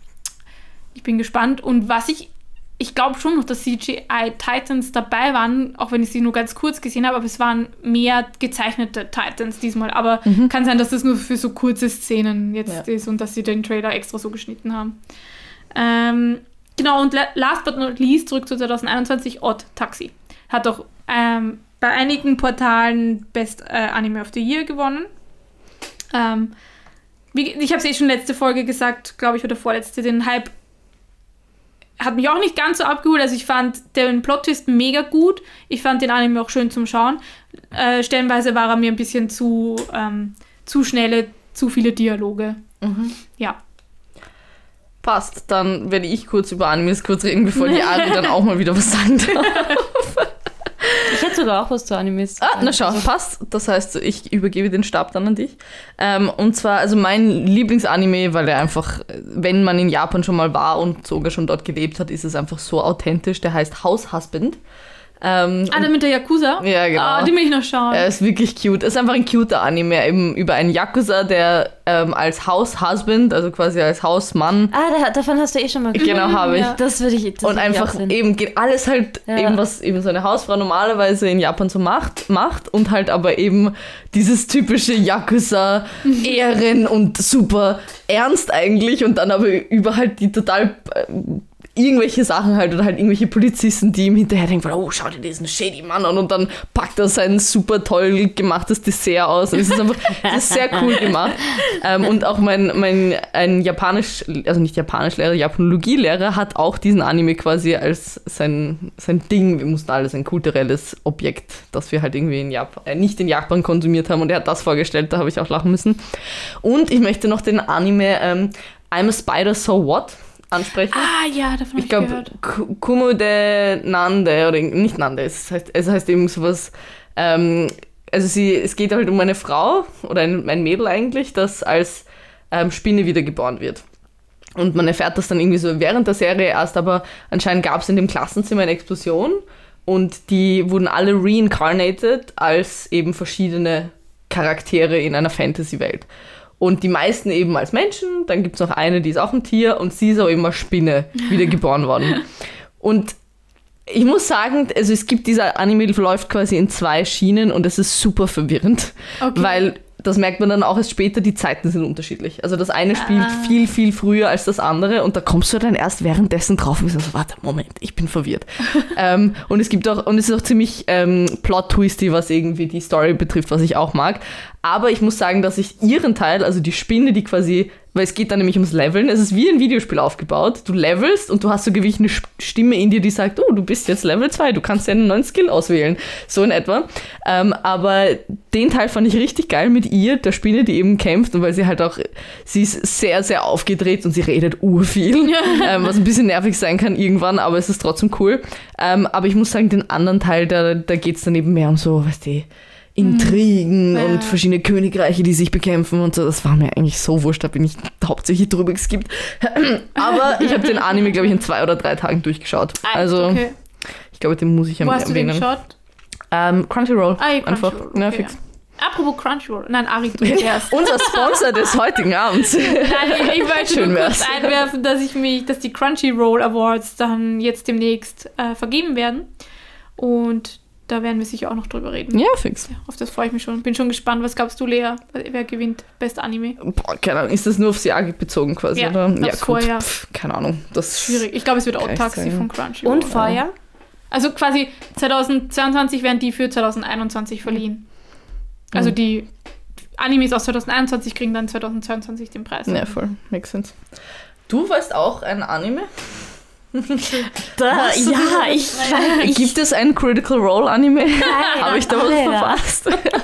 ich bin gespannt. Und was ich, ich glaube schon noch, dass C G I-Titans dabei waren, auch wenn ich sie nur ganz kurz gesehen habe, aber es waren mehr gezeichnete Titans diesmal. Aber mhm. kann sein, dass das nur für so kurze Szenen jetzt ja. ist und dass sie den Trailer extra so geschnitten haben. Ähm, genau, und last but not least, zurück zu zwanzig einundzwanzig, Odd Taxi. Hat auch ähm, bei einigen Portalen Best äh, Anime of the Year gewonnen. Ähm, Wie, ich habe es eh schon letzte Folge gesagt, glaube ich, oder vorletzte, den Hype hat mich auch nicht ganz so abgeholt. Also ich fand den Plot-Twist mega gut. Ich fand den Anime auch schön zum Schauen. Äh, stellenweise war er mir ein bisschen zu, ähm, zu schnelle, zu viele Dialoge. Mhm. Ja. Passt, dann werde ich kurz über Animes kurz reden, bevor die Ari dann auch mal wieder was sagen darf. Ich hätte sogar auch was zu Animes. Ah, na schau, passt. Das heißt, ich übergebe den Stab dann an dich. Ähm, und zwar, also mein Lieblingsanime, weil er einfach, wenn man in Japan schon mal war und sogar schon dort gelebt hat, ist es einfach so authentisch. Der heißt House Husband. Ähm, Ah, der mit der Yakuza? Ja, genau. Ah, die will ich noch schauen. Er ist wirklich cute. Es ist einfach ein cuter Anime eben über einen Yakuza, der ähm, als House Husband, also quasi als Hausmann. Ah, da, davon hast du eh schon mal gehört. Genau, habe ich. Ja. Das würde ich. Das Und würde ich einfach auch sehen. eben geht alles halt Ja. eben, was eben so eine Hausfrau normalerweise in Japan so macht, macht und halt aber eben dieses typische Yakuza, Ehren und super ernst eigentlich und dann aber über halt die total äh, irgendwelche Sachen halt oder halt irgendwelche Polizisten, die ihm hinterher denken, oh, schau dir diesen shady Mann an und dann packt er sein super toll gemachtes Dessert aus. Und es ist einfach das ist sehr cool gemacht. Ähm, und auch mein, mein ein Japanisch, also nicht Japanischlehrer, Japanologielehrer hat auch diesen Anime quasi als sein, sein Ding. Wir mussten alles ein kulturelles Objekt, das wir halt irgendwie in Japan, äh, nicht in Japan konsumiert haben und er hat das vorgestellt, da habe ich auch lachen müssen. Und ich möchte noch den Anime ähm, I'm a Spider, So What ansprechen. Ah, ja, davon habe Ich ich glaube, gehört. Kumo de Nande, oder nicht Nande, es heißt, es heißt eben sowas, ähm, also sie, es geht halt um eine Frau, oder ein, ein Mädel eigentlich, das als ähm, Spinne wiedergeboren wird. Und man erfährt das dann irgendwie so während der Serie erst, aber anscheinend gab es in dem Klassenzimmer eine Explosion und die wurden alle reincarnated als eben verschiedene Charaktere in einer Fantasy-Welt. Und die meisten eben als Menschen, dann gibt es noch eine, die ist auch ein Tier und sie ist auch eben als Spinne wiedergeboren worden. Und ich muss sagen, also es gibt dieser Anime, läuft quasi in zwei Schienen und es ist super verwirrend, Okay. weil das merkt man dann auch erst später, die Zeiten sind unterschiedlich. Also das eine spielt Ah. viel, viel früher als das andere und da kommst du dann erst währenddessen drauf und bist so, warte, Moment, ich bin verwirrt. ähm, und es gibt auch, und es ist auch ziemlich ähm, plot-twisty, was irgendwie die Story betrifft, was ich auch mag. Aber ich muss sagen, dass ich ihren Teil, also die Spinne, die quasi, weil es geht dann nämlich ums Leveln, es ist wie ein Videospiel aufgebaut. Du levelst und du hast so wirklich eine Stimme in dir, die sagt, oh, du bist jetzt Level zwei, du kannst ja einen neuen Skill auswählen. So in etwa. Ähm, aber den Teil fand ich richtig geil mit ihr, der Spinne, die eben kämpft, und weil sie halt auch, sie ist sehr, sehr aufgedreht und sie redet urviel, ähm, was ein bisschen nervig sein kann irgendwann, aber es ist trotzdem cool. Ähm, aber ich muss sagen, den anderen Teil, da, da geht es dann eben mehr um so, weißt du, Intrigen Ja. und verschiedene Königreiche, die sich bekämpfen und so. Das war mir eigentlich so wurscht, da bin ich hauptsächlich drüber geskippt. Aber ich habe den Anime, glaube ich, in zwei oder drei Tagen durchgeschaut. Ah, Also okay. ich glaube, den muss ich Wo hast du den erwähnen. geschaut? Ähm, Crunchyroll. Ah, ja, Einfach. Crunchyroll, Ja, okay. fix. Apropos Crunchyroll. Nein, Ari, du erst. Unser Sponsor des heutigen Abends. Nein, ich, ich wollte Schön nur kurz wär's. einwerfen, dass ich mich, dass die Crunchyroll Awards dann jetzt demnächst äh, vergeben werden. Und da werden wir sicher auch noch drüber reden. Ja, fix. Ja, auf das freue ich mich schon. Bin schon gespannt. Was glaubst du, Lea? Wer gewinnt? Beste Anime? Boah, keine Ahnung. Ist das nur aufs Jahr bezogen quasi? Ja, oder? aufs Ja, gut. Vorjahr. Pff, keine Ahnung. Das Schwierig. Ich glaube, es wird Kann auch ich Taxi sagen. von Crunchyroll. Und Feuer? Also quasi zweitausendzweiundzwanzig werden die für zweitausendeinundzwanzig verliehen. Also Mhm. die Animes aus zweitausendeinundzwanzig kriegen dann zweitausendzweiundzwanzig den Preis. Ja, voll. Makes sense. Du weißt auch ein Anime? Da, Was? ja, ich, ich Gibt es ein Critical Role Anime? Habe ich da was Alter. verpasst?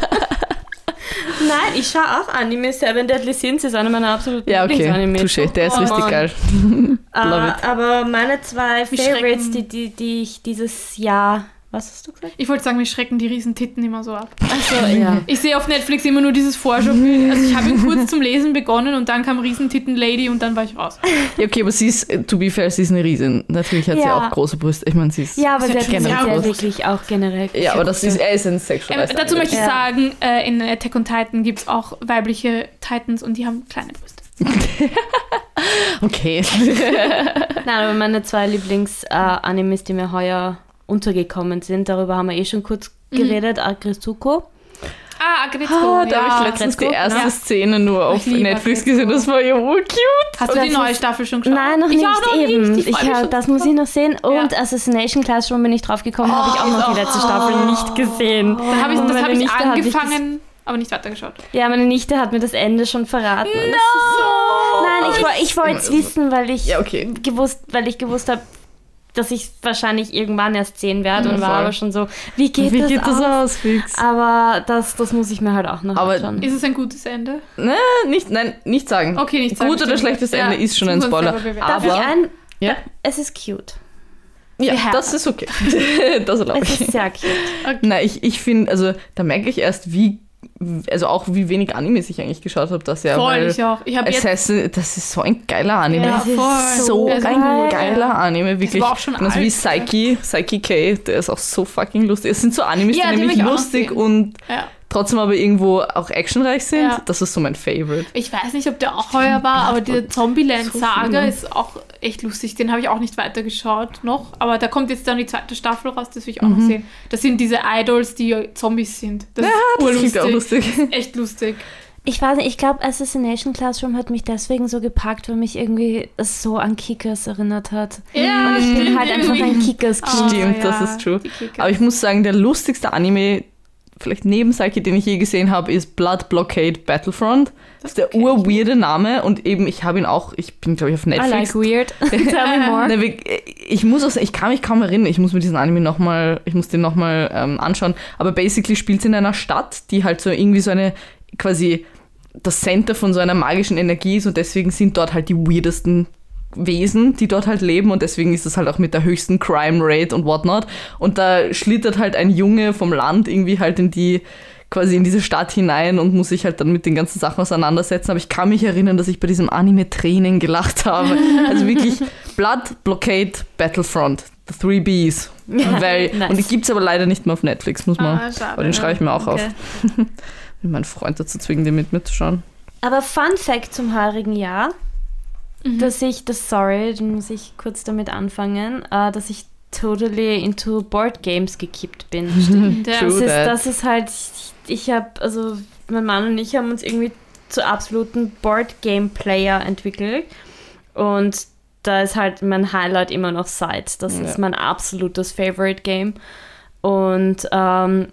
Nein, ich schaue auch Anime. Seven Deadly Sins ist einer meiner absoluten Ja, okay. Lieblingsanimes. Touché. Der ist Oh, richtig Mann. geil. Love it. Äh, aber meine zwei Wie Favorites, schrecken- die, die, die ich dieses Jahr... Was hast du gesagt? Ich wollte sagen, wir schrecken die riesen Titten immer so ab. Achso, ja. Ich sehe auf Netflix immer nur dieses Vorschaubild. Also ich habe ihn kurz zum Lesen begonnen und dann kam Riesentitten-Lady und dann war ich raus. Ja, okay, aber sie ist, äh, to be fair, sie ist eine Riesin. Natürlich hat sie Ja. auch große Brüste. Ich meine, sie ist... Ja, aber Ist ja der generell ist ja groß. wirklich auch generell. Ja, aber das ist, er ist ein Ähm, Sexualized dazu möchte ich Ja. sagen, äh, in Attack on Titan gibt es auch weibliche Titans und die haben kleine Brüste. Okay. Nein, aber meine zwei Lieblings-Animes, die mir heuer untergekommen sind, darüber haben wir eh schon kurz geredet, Agretsuko. Ah, Agretsuko. Ah, da ja. habe ich letztens die Agretsuko, erste ja. Szene nur auf Ich liebe Netflix Agretsuko. gesehen. Das war ja wohl cute. Hast du die Das neue ist- Staffel schon geschaut? Nein, noch ich nicht, auch noch eben. Nicht. Ich Ich, freu mich hab- schon das drauf. muss ich noch sehen. Und Ja. Assassination Classroom bin ich drauf gekommen, habe ich auch noch die letzte Staffel nicht gesehen. Dann hab ich, Und das meine habe ich Nichte hat mich angefangen, aber nicht weitergeschaut. Das, ja, meine Nichte hat mir das Ende schon verraten. Und das ist so, nein, ich, woll- ich wollte es wissen, weil ich, Ja, okay. gewusst, weil ich gewusst habe, dass ich wahrscheinlich irgendwann erst sehen werde Ja, und war voll. aber schon so, wie geht Wie das geht das aus? aus, fix? Aber das, das muss ich mir halt auch noch Aber- anschauen. Ist es ein gutes Ende? Ne, nicht, nein, nicht sagen. Okay, nicht sagen. Gut oder schlechtes Ja, Ende ist schon das ein muss man Spoiler. selber bewerten. Darf ich Aber, ein... ja, Es ist cute. ja, Ja. das ist okay. Das erlaube Es ich. ist sehr cute. Nein, ich, ich finde, also da merke ich erst, wie, also auch wie wenig Animes ich eigentlich geschaut habe, das Jahr. Voll, weil ich auch. Ich habe jetzt... Assassin, das ist so ein geiler Anime. Ja, Es ist voll. so Der ist geil. gut. Geiler Anime, wirklich. war auch schon Genauso wie alt, Psyche, Psyche K, der ist auch so fucking lustig. Es sind so Animes, Ja, die die will nämlich ich auch noch lustig sehen. und Ja. trotzdem aber irgendwo auch actionreich sind. Ja. Das ist so mein Favorite. Ich weiß nicht, ob der auch heuer war, aber die Zombieland-Saga viele. ist auch echt lustig. Den habe ich auch nicht weitergeschaut noch. Aber da kommt jetzt dann die zweite Staffel raus, das will ich auch Mhm. noch sehen. Das sind diese Idols, die Zombies sind. Das ist Das urlustig. klingt auch lustig. Echt lustig. Ich weiß nicht, ich glaube, Assassination Classroom hat mich deswegen so gepackt, weil mich irgendwie es so an Kickers erinnert hat. Ja, Und ich bin stimmt, halt einfach ein irgendwie. Kickers-Kind. Stimmt, das ist true. Aber ich muss sagen, der lustigste Anime, vielleicht neben Psyche, den ich je gesehen habe, ist Blood Blockade Battlefront. Das ist der kenn ich urweirde Name und eben, ich habe ihn auch, ich bin glaube ich auf I Netflix. like weird. Tell me more. Ne, wir- ich muss auch sagen, ich kann mich kaum erinnern, ich muss mir diesen Anime nochmal, ich muss den nochmal ähm, anschauen, aber basically spielt es in einer Stadt, die halt so irgendwie so eine, quasi das Center von so einer magischen Energie ist und deswegen sind dort halt die weirdesten Wesen, die dort halt leben und deswegen ist das halt auch mit der höchsten Crime Rate und whatnot und da schlittert halt ein Junge vom Land irgendwie halt in die, quasi in diese Stadt hinein und muss sich halt dann mit den ganzen Sachen auseinandersetzen, aber ich kann mich erinnern, dass ich bei diesem Anime Tränen gelacht habe. Also wirklich Blood Blockade Battlefront, The Three Bs. Weil, nice. Und die gibt es aber leider nicht mehr auf Netflix, muss man. Ah, schade. aber den schreibe ich mir auch Okay. auf. Will meinen Freund dazu zwingen, den mit mitzuschauen. Aber Fun Fact zum heurigen Jahr, Mhm. dass ich, das sorry, dann muss ich kurz damit anfangen, äh, dass ich totally into Board Games gekippt bin. Ja. True Das ist, that. das ist halt, ich, ich habe, also mein Mann und ich haben uns irgendwie zu absoluten Board Game Player entwickelt und da ist halt mein Highlight immer noch Sight. Das Ja. ist mein absolutes Favorite Game und ähm,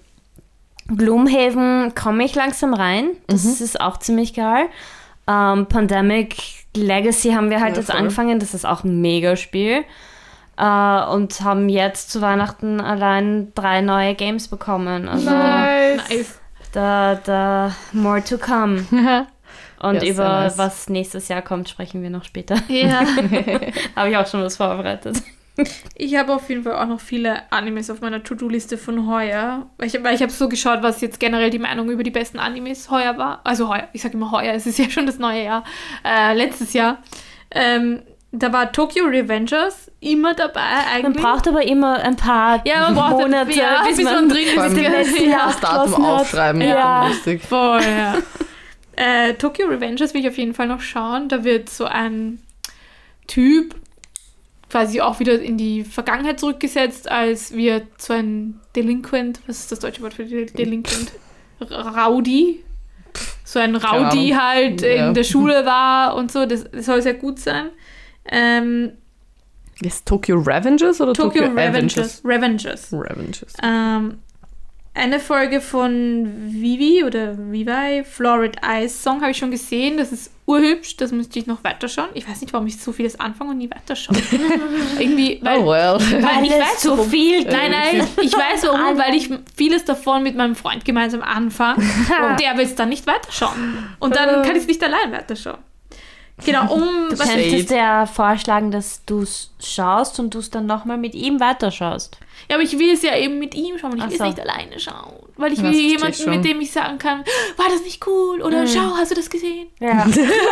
Gloomhaven komme ich langsam rein. Das Mhm. ist auch ziemlich geil. Ähm, Pandemic Legacy haben wir halt Ja, jetzt voll. angefangen. Das ist auch ein Mega-Spiel. Äh, und haben jetzt zu Weihnachten allein drei neue Games bekommen. Also Nice. da, da more to come. Und Ja, sehr über nice. was nächstes Jahr kommt, sprechen wir noch später. Ja. Habe ich auch schon was vorbereitet. Ich habe auf jeden Fall auch noch viele Animes auf meiner To-Do-Liste von heuer. Weil ich, weil ich habe so geschaut, was jetzt generell die Meinung über die besten Animes heuer war. Also heuer, ich sage immer heuer, es ist ja schon das neue Jahr. Äh, letztes Jahr. Ähm, da war Tokyo Revengers immer dabei Man eigentlich. braucht aber immer ein paar ja, man braucht Monate, ja, bis, bis man man drin Vor ist. allem Ja, letzten ja. Jahr das Datum abgeschlossen hat. aufschreiben, Ja. ja. lustig. Voll, ja. äh, Tokyo Revengers will ich auf jeden Fall noch schauen. Da wird so ein Typ quasi auch wieder in die Vergangenheit zurückgesetzt, als wir so ein Delinquent, was ist das deutsche Wort für Del- Delinquent? Rowdy. So ein Rowdy Ahnung. halt Ja. in der Schule war und so. Das, das soll sehr gut sein. Ähm, Ist Tokyo Revengers oder Tokyo, Tokyo, Revengers. Revengers. Revengers. Ähm, eine Folge von Vivi oder Vivi, Florid Eyes Song, habe ich schon gesehen. Das ist urhübsch, das müsste ich noch weiterschauen. Ich weiß nicht, warum ich so vieles anfange und nie weiterschaue. Irgendwie, weil, Oh well. weil ich Weil es weiß zu warum. viel Nein, nein, ich weiß warum, weil ich vieles davon mit meinem Freund gemeinsam anfange und der will es dann nicht weiterschauen. Und dann kann ich es nicht allein weiterschauen. Genau, um... Du was- könntest ja vorschlagen, dass du es schaust und du es dann nochmal mit ihm weiterschaust. Ja, aber ich will es ja eben mit ihm schauen und ich Ach will so. es nicht alleine schauen. Weil ich Das will verstehe ich jemanden, schon. mit dem ich sagen kann, war das nicht cool? Oder Mhm. schau, hast du das gesehen? Ja.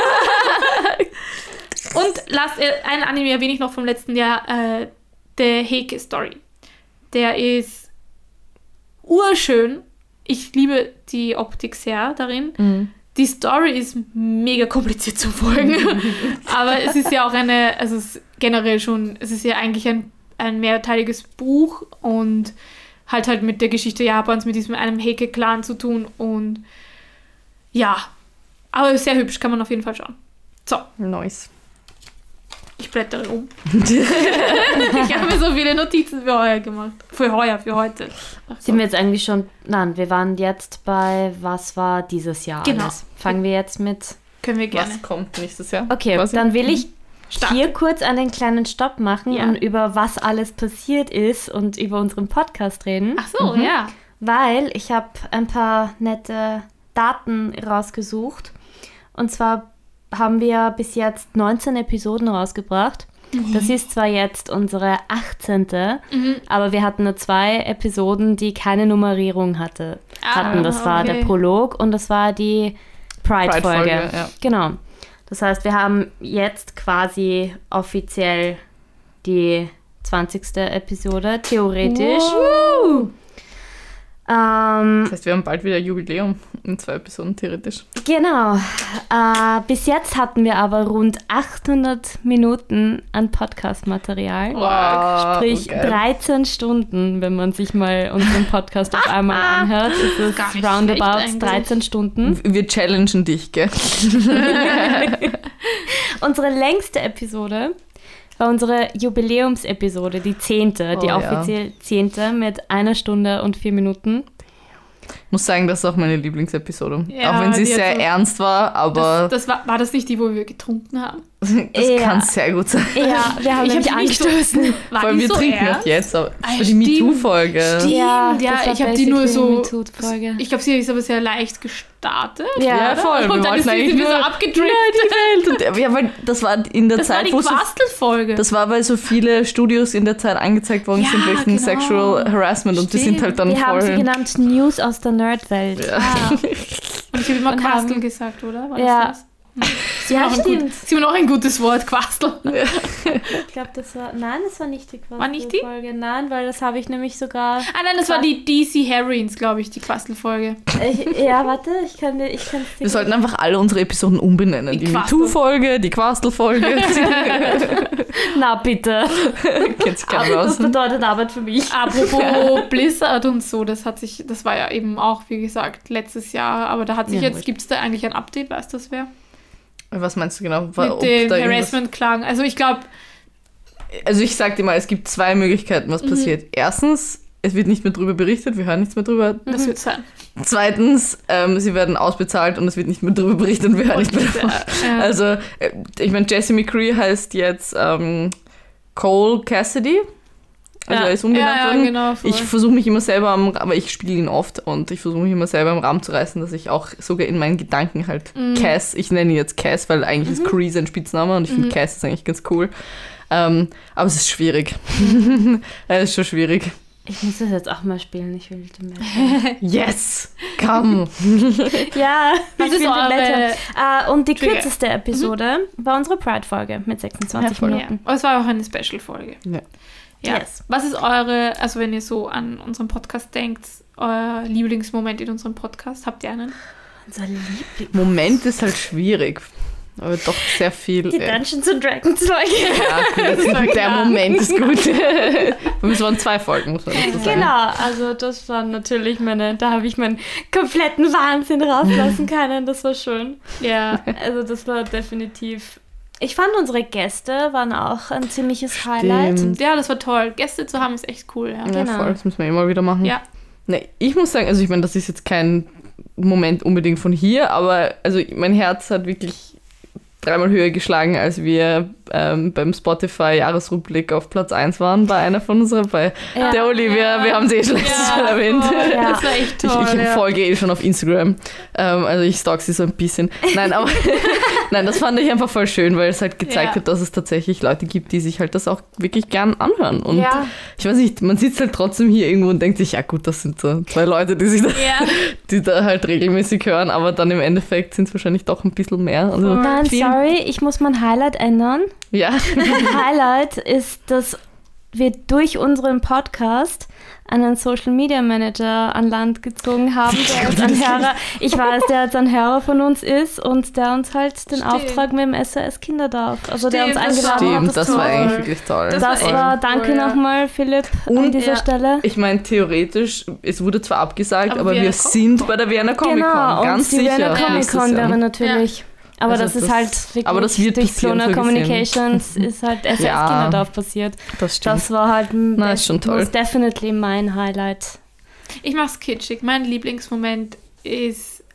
Und last, äh, ein Anime erwähne ich noch vom letzten Jahr, äh, der Heike Story. Der ist urschön. Ich liebe die Optik sehr darin. Mhm. Die Story ist mega kompliziert zu folgen. Aber es ist ja auch eine, also es ist generell schon, es ist ja eigentlich ein, ein mehrteiliges Buch und halt halt mit der Geschichte Japans, mit diesem einem Heike-Clan zu tun. Und ja, aber sehr hübsch, kann man auf jeden Fall schauen. So, Nice. ich blättere um. Ich habe mir so viele Notizen für heuer gemacht. Für heuer, für heute. Ach so. Sind wir jetzt eigentlich schon, nein, wir waren jetzt bei, was war dieses Jahr Genau. alles? Fangen wir jetzt mit, Können wir gerne. Was kommt nächstes Jahr? okay, Quasi? dann will ich Start. hier kurz einen kleinen Stopp machen Ja. und über was alles passiert ist und über unseren Podcast reden. Ach so, ja. Weil ich habe ein paar nette Daten rausgesucht. Und zwar haben wir bis jetzt neunzehn Episoden rausgebracht. Das ist zwar jetzt unsere achtzehnte, Mhm. aber wir hatten nur zwei Episoden, die keine Nummerierung hatte, Ah, hatten. Das war okay. der Prolog und das war die Pride-Folge. Pride-Folge, ja. Genau. Das heißt, wir haben jetzt quasi offiziell die zwanzigste Episode, theoretisch. Wow. Ähm, Das heißt, wir haben bald wieder Jubiläum in zwei Episoden, theoretisch. Genau. Äh, bis jetzt hatten wir aber rund achthundert Minuten an Podcast-Material. Wow, Sprich geil. dreizehn Stunden, wenn man sich mal unseren Podcast auf einmal anhört, ist es Gar nicht roundabout schlecht eigentlich. dreizehn Stunden. Wir challengen dich, gell? Unsere längste Episode war unsere Jubiläumsepisode, die zehnte, die Oh, ja. offiziell zehnte mit einer Stunde und vier Minuten. Ich muss sagen, das ist auch meine Lieblingsepisode. Ja, auch wenn sie die hat sehr so- ernst war, aber Das, das war, war das nicht die, wo wir getrunken haben? das, Ja. kann sehr gut sein. Ja, wir haben Ich nämlich hab nicht so- angestoßen. War Vor allem, die wir so trinken ernst? noch jetzt, aber das Ah, war die stimmt. MeToo-Folge. Stimmt. Ja, Ja, das war ich habe die nur basically so. eine MeToo-Folge. Ich glaube, sie ist aber sehr leicht gestartet. Ja, voll. Wir Und dann wollten ist sie eigentlich wieder so nur abgedriftet. die Welt. Und, ja, weil das war in der Das war Zeit, die wo so, Quastel-Folge. das war, weil so viele Studios in der Zeit angezeigt worden Ja, sind wegen genau. Sexual Harassment und die sind halt dann Wir haben sie voll. genannt News aus der Nerdwelt. Ja. Ah. Und ich habe immer Und Quastel haben- gesagt, oder? War Ja. das das? Hm. Ist immer Ja, noch ein gut, stimmt. ist immer noch ein gutes Wort, Quastel. Ich glaube, das war. Nein, das war nicht die War nicht die? Folge. Nein, weil das habe ich nämlich sogar. Ah nein, das war die D C Harriens, glaube ich, die Quastel-Folge. Ich, ja, warte, ich kann dir. Ich kann's dir Wir sollten einfach alle unsere Episoden umbenennen. Die Die Quastel. MeToo-Folge, die Quastel-Folge. Na bitte. Kennt sich keiner Aber das aus. bedeutet Arbeit für mich. Apropos Blizzard und so, das hat sich, das war ja eben auch, wie gesagt, letztes Jahr, aber da hat sich Ja, jetzt, wurscht. gibt es da eigentlich ein Update, weißt du das wer? Was meinst du genau? War- ob Mit den da irgendwas- Harassment-Klagen. Also ich glaube, Also ich sag dir mal, es gibt zwei Möglichkeiten, was passiert. Erstens, es wird nicht mehr drüber berichtet, wir hören nichts mehr drüber. das wird sein. Zweitens, ähm, sie werden ausbezahlt und es wird nicht mehr drüber berichtet und wir hören nicht mehr davon. Ja. Also, äh, ich meine, Jesse McCree heißt jetzt ähm, Cole Cassidy. Also Ja. er ist umbenannt Ja, ja, worden. genau, voll. Ich versuche mich immer selber am, aber ich spiele ihn oft und ich versuche mich immer selber am Rahmen zu reißen, dass ich auch sogar in meinen Gedanken halt Mhm. Cass, ich nenne ihn jetzt Cass, weil eigentlich ist Cree sein Spitzname und ich finde Mhm. Cass ist eigentlich ganz cool. Ähm, aber es ist schwierig. Es ist schon schwierig. Ich muss das jetzt auch mal spielen. Ich will die Mette. Yes! Come! Ja, Was ich ist will die eure- Mette. Äh, und die Entschuldige. kürzeste Episode war unsere Pride-Folge mit sechsundzwanzig Ja, voll. Ja. Minuten. Aber es war auch eine Special-Folge. Ja. Ja. Yes. Was ist eure, also wenn ihr so an unseren Podcast denkt, euer Lieblingsmoment in unserem Podcast? Habt ihr einen? Unser Liebling. Moment ist halt schwierig. Aber doch sehr viel. Die ja. Dungeons and Dragons Folge. Ja, gut, war der klar. Moment ist gut. Es waren zwei Folgen, muss man dazu sagen. Genau, also das war natürlich meine, da habe ich meinen kompletten Wahnsinn rauslassen können. Das war schön. Ja. Also das war definitiv. Ich fand unsere Gäste waren auch ein ziemliches Highlight. Stimmt. Ja, das war toll. Gäste zu haben ist echt cool, ja. Ja, Genau. voll, das müssen wir immer wieder machen. Ja. Nee, ich muss sagen, also ich meine, das ist jetzt kein Moment unbedingt von hier, aber also mein Herz hat wirklich dreimal höher geschlagen, als wir ähm, beim Spotify-Jahresrückblick auf Platz eins waren bei einer von unseren, bei Ja. der Olivia, Ja. wir haben sie eh schon letztes Mal erwähnt. voll. Ja. Das war echt Ich, toll. ich ja. folge eh schon auf Instagram. Ähm, also ich stalk sie so ein bisschen. Nein, aber nein, das fand ich einfach voll schön, weil es halt gezeigt Ja. hat, dass es tatsächlich Leute gibt, die sich halt das auch wirklich gern anhören. Und Ja. ich weiß nicht, man sitzt halt trotzdem hier irgendwo und denkt sich, ja gut, das sind so zwei Leute, die sich da, Ja. die da halt regelmäßig hören, aber dann im Endeffekt sind es wahrscheinlich doch ein bisschen mehr. Also, Voll. Nein, vielen- sorry, ich muss mein Highlight ändern. Ja, Mein Highlight ist, dass wir durch unseren Podcast einen Social Media Manager an Land gezogen haben, der jetzt ein Hörer, ich weiß, der jetzt ein Hörer von uns ist und der uns halt den Stimmt. Auftrag mit dem S O S Kinderdorf, also der uns Stimmt, das eingeladen hat. stimmt, das war toll. eigentlich wirklich toll. Das Das war war, echt danke cool, ja. nochmal, Philipp, an Und- dieser Ja. Stelle. Ich meine, theoretisch, es wurde zwar abgesagt, Aber aber, Vienna wir Comic sind Con. bei der Vienna Comic Con, Genau, ganz und die sicher. Vienna Comic nächstes Con Jahr. wäre natürlich. Aber Also das ist das- halt wirklich aber das wird durch passieren, Flona so gesehen. Communications ist halt S O S Ja. Kinderdorf passiert. Das stimmt. Das war halt Na, ist schon toll. most definitely mein Highlight. Ich mach's kitschig. Mein Lieblingsmoment ist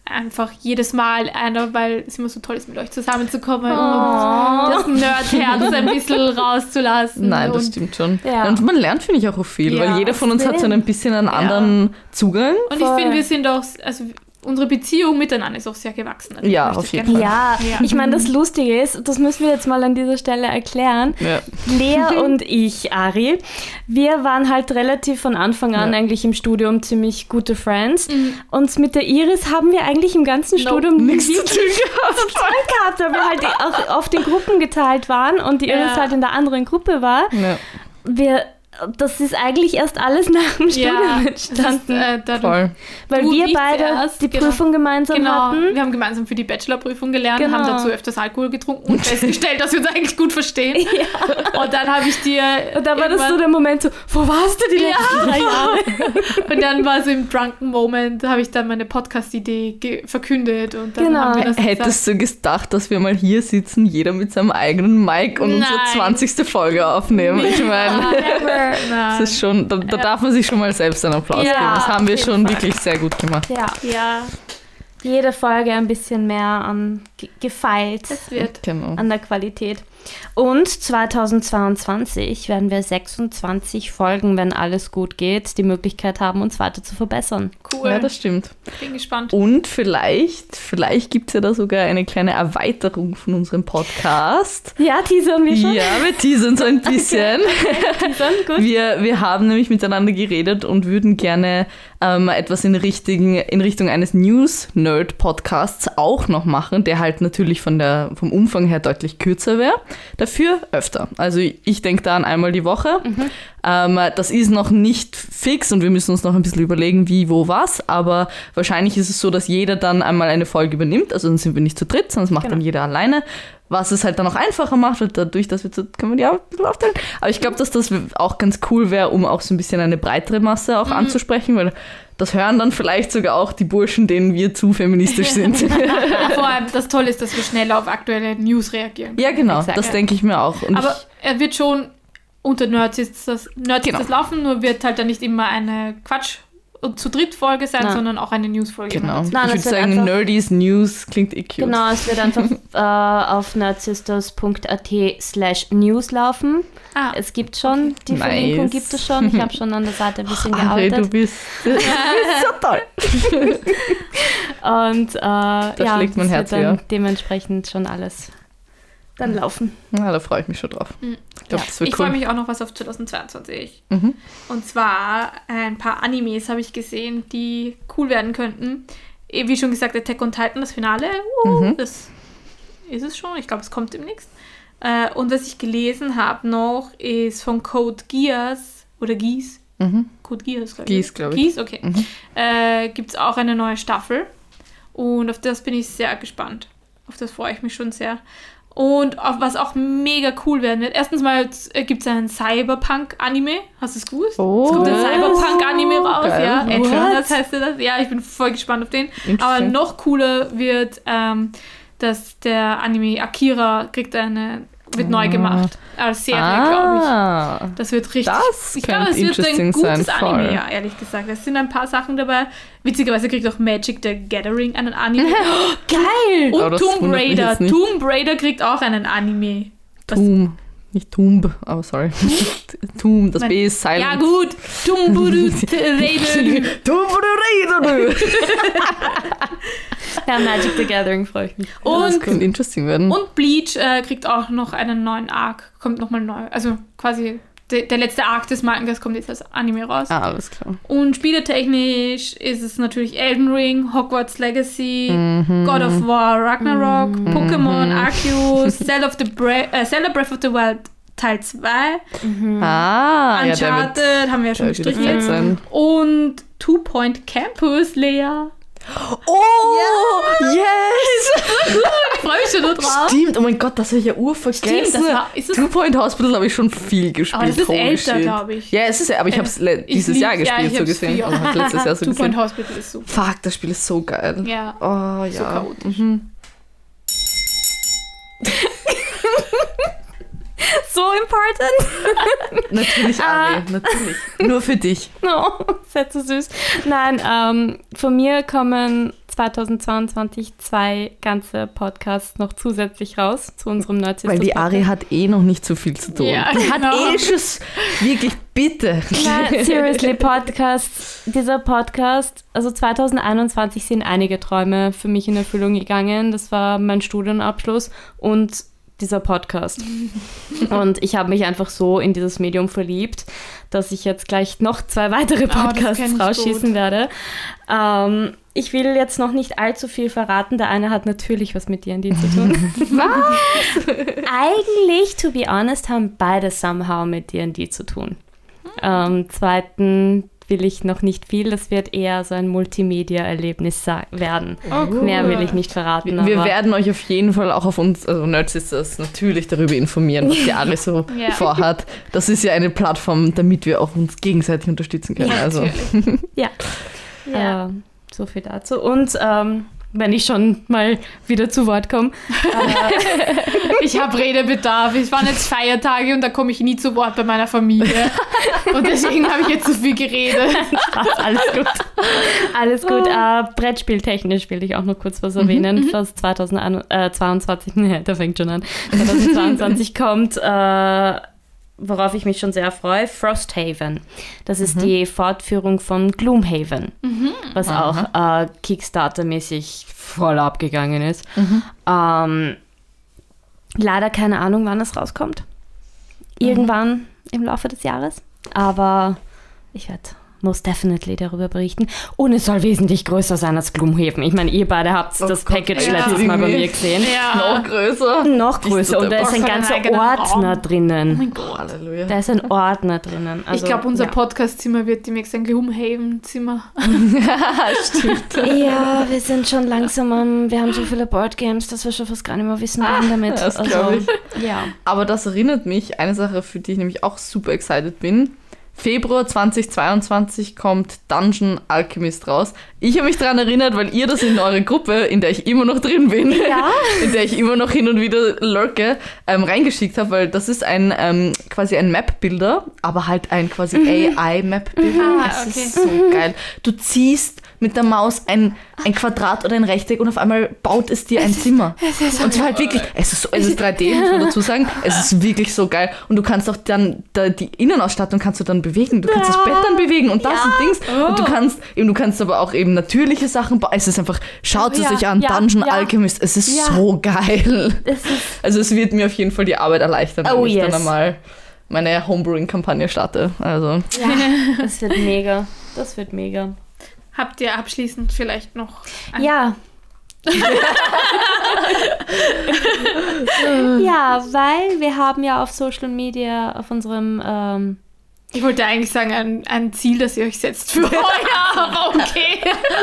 einfach jedes Mal einer, weil es immer so toll ist, mit euch zusammenzukommen oh. und das Nerd-Herz ein bisschen rauszulassen. Nein, das und stimmt schon. Ja. Und man lernt, finde ich, auch viel, Ja, weil jeder von uns stimmt. hat so ein bisschen einen anderen ja. Zugang. Und ich finde, wir sind auch, also unsere Beziehung miteinander ist auch sehr gewachsen. Also Ja, ich möchte auf jeden gerne- Ja, Ja. ich meine, das Lustige ist, das müssen wir jetzt mal an dieser Stelle erklären. Ja. Lea und ich, Ari, wir waren halt relativ von Anfang an Ja. eigentlich im Studium ziemlich gute Friends. Mhm. Und mit der Iris haben wir eigentlich im ganzen Nope. Studium Nichts nie zu tun gehabt. gehabt, weil wir halt auch oft in Gruppen geteilt waren und die Iris Ja. halt in der anderen Gruppe war. Ja, Wir, das ist eigentlich erst alles nach dem Studium Ja, das ist, entstanden, äh, dadurch, voll. weil du, wir ich beide zuerst, die genau. Prüfung gemeinsam Genau, hatten. wir haben gemeinsam für die Bachelorprüfung gelernt, Genau. haben dazu öfters Alkohol getrunken und festgestellt, dass wir uns eigentlich gut verstehen. Und dann habe ich dir Und da war das so irgendwann- der Moment so, wo warst du die letzten drei Jahre? und dann war so im drunken Moment, habe ich dann meine Podcast-Idee ge- verkündet und dann Genau. haben wir das Hättest du gedacht, dass wir mal hier sitzen, jeder mit seinem eigenen Mic und unsere Nein. zwanzigste Folge aufnehmen? Ich meine, Never. das ist schon, da, da darf man sich schon mal selbst einen Applaus Ja, geben. Das haben wir auf jeden schon Fall. wirklich sehr gut gemacht. Ja, Ja, jede Folge ein bisschen mehr an ge- gefeilt es wird. Genau. an der Qualität. Und zweitausendzweiundzwanzig werden wir sechsundzwanzig Folgen, wenn alles gut geht, die Möglichkeit haben, uns weiter zu verbessern. Cool. Ja, das stimmt. Bin gespannt. Und vielleicht, vielleicht gibt es ja da sogar eine kleine Erweiterung von unserem Podcast. Ja, teasern wir schon. Ja, wir teasern so ein bisschen. Teasern, gut. Wir, wir haben nämlich miteinander geredet und würden gerne ähm, etwas in, richtigen, in Richtung eines News-Nerd-Podcasts auch noch machen, der halt natürlich von der, vom Umfang her deutlich kürzer wäre. Dafür öfter. Also ich denke da an einmal die Woche. Mhm. Ähm, das ist noch nicht fix und wir müssen uns noch ein bisschen überlegen, wie, wo, was. Aber wahrscheinlich ist es so, dass jeder dann einmal eine Folge übernimmt. Also dann sind wir nicht zu dritt, sondern das macht Genau. dann jeder alleine. Was es halt dann auch einfacher macht, weil dadurch, dass wir zu, kann man die auch ein bisschen aufteilen. Aber ich glaube, dass das auch ganz cool wäre, um auch so ein bisschen eine breitere Masse auch anzusprechen, weil das hören dann vielleicht sogar auch die Burschen, denen wir zu feministisch sind. Vor allem das Tolle ist, dass wir schneller auf aktuelle News reagieren. Ja, genau, Exakt. das denke ich mir auch. Und Aber er wird schon unter Nerds ist das, Nerds Genau. ist das laufen, nur wird halt dann nicht immer eine Quatsch- und zu dritt Folge sein, Nein. sondern auch eine News-Folge. ich, genau. Nein, ich das würde wird sagen, einfach- Nerdies News klingt eh cute. Genau, es wird einfach äh, auf nerdsisters.at slash news laufen. Ah, Es gibt schon, die Nice. Verlinkung gibt es schon. Ich habe schon an der Seite ein bisschen Ari, du gearbeitet. bist, du bist so toll. Und äh, ja, schlägt mein das Herz wird dann höher. dementsprechend schon alles dann laufen. Na, da freue ich mich schon drauf. Mhm. Ich glaube, das wird ich cool. freue mich auch noch was auf zweitausendzweiundzwanzig. Mhm. Und zwar ein paar Animes habe ich gesehen, die cool werden könnten. Eh, Wie schon gesagt, Attack on Titan, das Finale. Uh, Mhm. Das ist es schon. Ich glaube, es kommt demnächst. Äh, und was ich gelesen habe noch, ist von Code Geass oder Geass. Mhm. Code Geass, glaube ich. Geass, glaube ich. Geass, okay. Mhm. Äh, gibt es auch eine neue Staffel. Und auf das bin ich sehr gespannt. Auf das freue ich mich schon sehr. Und auf was auch mega cool werden wird. Erstens mal gibt es einen Cyberpunk-Anime. Hast du es gewusst? Oh, Es kommt ein was? Cyberpunk-Anime raus. Geil. Ja, What? das heißt das. Ja, ich bin voll gespannt auf den. Aber Interesting. noch cooler wird, ähm, dass der Anime Akira kriegt eine, wird neu gemacht. Als Serie, glaube ich. ah. Das wird richtig. Das ich glaube, es könnte wird ein interesting gutes sein, Anime, voll. ja, ehrlich gesagt. Es sind ein paar Sachen dabei. Witzigerweise kriegt auch Magic the Gathering einen Anime. Geil! Oh, Und das Tomb wundert mich Raider. jetzt nicht. Tomb Raider kriegt auch einen Anime. Was- Tomb. Nicht Tomb, aber sorry. Tomb, das Mein- B ist silent. Ja, gut. Tomb Raider. Tomb Raider. Ja, Magic the Gathering freue ich mich. Das Und, könnte interesting werden. und Bleach äh, kriegt auch noch einen neuen Arc. Kommt nochmal neu. Also quasi de, der letzte Arc des Mangas kommt jetzt als Anime raus. ah, alles klar. Und spieletechnisch ist es natürlich Elden Ring, Hogwarts Legacy, Mhm. God of War, Ragnarok, Pokémon, Arceus, Zelda, of the Bra- äh, Zelda Breath of the Wild Teil zwei, Ah, ja, der wird, Uncharted, haben wir ja schon der wird gestrichen fett jetzt. sein. Und Two Point Campus, Lea. Oh, yes! Ich freue mich schon nur drauf. Stimmt, oh mein Gott, das habe ich ja urvergessen. Stimmt, das war- ist das- Two Point Hospital habe ich schon viel gespielt. Aber das ist holy älter, shit. glaube ich. Ja, es ist ja, aber ich Äh, habe es le- ich dieses lieb- Jahr ja, gespielt, ich so hab's gesehen. früher. Also halt letztes Jahr so Two Point gesehen. Hospital ist super. Fuck, das Spiel ist so geil. Ja. Oh, ja. So chaotisch. Mhm. So important. Natürlich, Ari, natürlich. Nur für dich. No, sehr zu süß. Nein, ähm, von mir kommen zweitausendzweiundzwanzig zwei ganze Podcasts noch zusätzlich raus zu unserem Nerdsisters. Weil die Ari hat eh noch nicht so viel zu tun. Ja, die hat genau. eh schon wirklich, bitte. Nein, seriously, Podcast, dieser Podcast, also zweitausendeinundzwanzig sind einige Träume für mich in Erfüllung gegangen. Das war mein Studienabschluss und dieser Podcast. Und ich habe mich einfach so in dieses Medium verliebt, dass ich jetzt gleich noch zwei weitere Podcasts oh, rausschießen gut. werde. Ähm, ich will jetzt noch nicht allzu viel verraten. Der eine hat natürlich was mit D und D zu tun. Was? Eigentlich, to be honest, haben beide somehow mit D und D zu tun. Ähm, zweiten will ich noch nicht viel. Das wird eher so ein Multimedia-Erlebnis werden. Oh, cool. Mehr will ich nicht verraten. Wir, wir werden euch auf jeden Fall auch auf uns, also Nerdsisters, natürlich darüber informieren, was die Ari so ja. vorhat. Das ist ja eine Plattform, damit wir auch uns gegenseitig unterstützen können. Ja, also. ja. ja. Äh, so viel dazu. Und ähm, wenn ich schon mal wieder zu Wort komme. Äh, ich habe Redebedarf. Es waren jetzt Feiertage und da komme ich nie zu Wort bei meiner Familie. Und deswegen habe ich jetzt so viel geredet. Alles gut. Alles gut. Äh, Brettspieltechnisch will ich auch noch kurz was erwähnen, mhm, was zweitausendzweiundzwanzig, ne, da fängt schon an, zweitausendzweiundzwanzig kommt, äh, worauf ich mich schon sehr freue, Frosthaven. Das ist mhm. die Fortführung von Gloomhaven, mhm. was Aha. auch äh, Kickstarter-mäßig voll abgegangen ist. Mhm. Ähm, leider keine Ahnung, wann es rauskommt. Irgendwann mhm. im Laufe des Jahres. Aber ich werde most definitely darüber berichten. Und es soll wesentlich größer sein als Gloomhaven. Ich meine, ihr beide habt oh das Gott, Package ja. letztes Mal bei mir gesehen. Ja. Noch größer. Noch größer. Und da ist ein ganzer Ordner Raum. drinnen. Oh mein Gott. Halleluja. Da ist ein Ordner drinnen. Also, ich glaube, unser ja. Podcast-Zimmer wird demnächst ein Gloomhaven-Zimmer. Ja, stimmt. Ja, wir sind schon langsam am, wir haben so viele Boardgames, dass wir schon fast gar nicht mehr wissen, wohin damit. Das also, glaube ich. Ja. Aber das erinnert mich, eine Sache, für die ich nämlich auch super excited bin. Februar zweitausendzweiundzwanzig kommt Dungeon Alchemist raus. Ich habe mich daran erinnert, weil ihr das in eure Gruppe, in der ich immer noch drin bin, ja. in der ich immer noch hin und wieder lurke, ähm, reingeschickt habe, weil das ist ein ähm, quasi ein Map-Builder, aber halt ein quasi mhm. A I-Map-Builder. Ah, das okay. ist so mhm. geil. Du ziehst mit der Maus ein, ein Quadrat oder ein Rechteck und auf einmal baut es dir ein es Zimmer. Ist, es ist und zwar halt wirklich, es ist, so, es ist drei D, muss man dazu sagen, es ist wirklich so geil. Und du kannst auch dann, da, die Innenausstattung kannst du dann bewegen. Du kannst ja. das Bett dann bewegen und das ja. und Dings. Oh. Und du kannst, eben, du kannst aber auch eben natürliche Sachen bauen. Es ist einfach, schaut es ja. sich an, ja. Dungeon ja. Alchemist, es ist ja. so geil. Es ist also es wird mir auf jeden Fall die Arbeit erleichtern, wenn oh, ich yes. dann einmal meine Homebrewing-Kampagne starte. Also. Ja, das wird mega. Das wird mega. Habt ihr abschließend vielleicht noch... Ja. ja, weil wir haben ja auf Social Media, auf unserem... Ähm, ich wollte eigentlich sagen, ein, ein Ziel, das ihr euch setzt für euer, aber okay.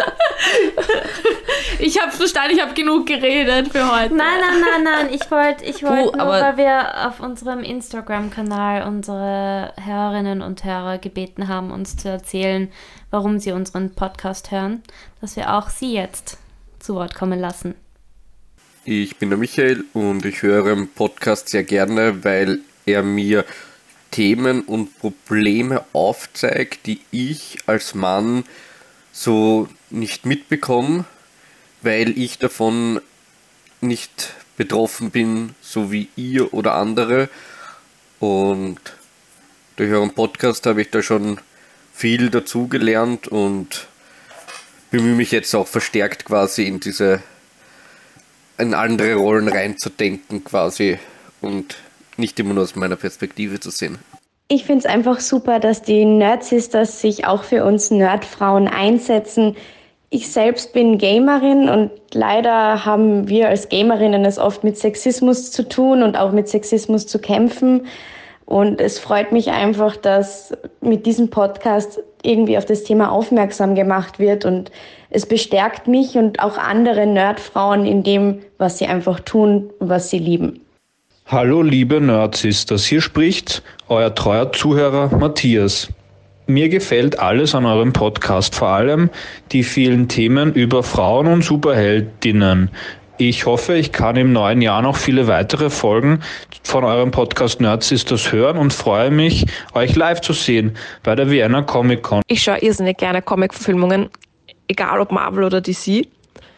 Ich habe verstanden, ich habe genug geredet für heute. Nein, nein, nein, nein. Ich wollte ich wollt oh, nur, weil wir auf unserem Instagram-Kanal unsere Hörerinnen und Hörer gebeten haben, uns zu erzählen, warum sie unseren Podcast hören, dass wir auch sie jetzt zu Wort kommen lassen. Ich bin der Michael und ich höre den Podcast sehr gerne, weil er mir Themen und Probleme aufzeigt, die ich als Mann so nicht mitbekomme, weil ich davon nicht betroffen bin, so wie ihr oder andere. Und durch euren Podcast habe ich da schon viel dazugelernt und bemühe mich jetzt auch verstärkt quasi in diese, in andere Rollen reinzudenken quasi und nicht immer nur aus meiner Perspektive zu sehen. Ich finde es einfach super, dass die Nerdsisters sich auch für uns Nerdfrauen einsetzen. Ich selbst bin Gamerin und leider haben wir als Gamerinnen es oft mit Sexismus zu tun und auch mit Sexismus zu kämpfen. Und es freut mich einfach, dass mit diesem Podcast irgendwie auf das Thema aufmerksam gemacht wird. Und es bestärkt mich und auch andere Nerdfrauen in dem, was sie einfach tun und was sie lieben. Hallo liebe Nerdsisters, hier spricht euer treuer Zuhörer Matthias. Mir gefällt alles an eurem Podcast, vor allem die vielen Themen über Frauen und Superheldinnen. Ich hoffe, ich kann im neuen Jahr noch viele weitere Folgen von eurem Podcast Nerdsisters hören und freue mich, euch live zu sehen bei der Vienna Comic Con. Ich schaue irrsinnig gerne Comic-Verfilmungen, egal ob Marvel oder D C.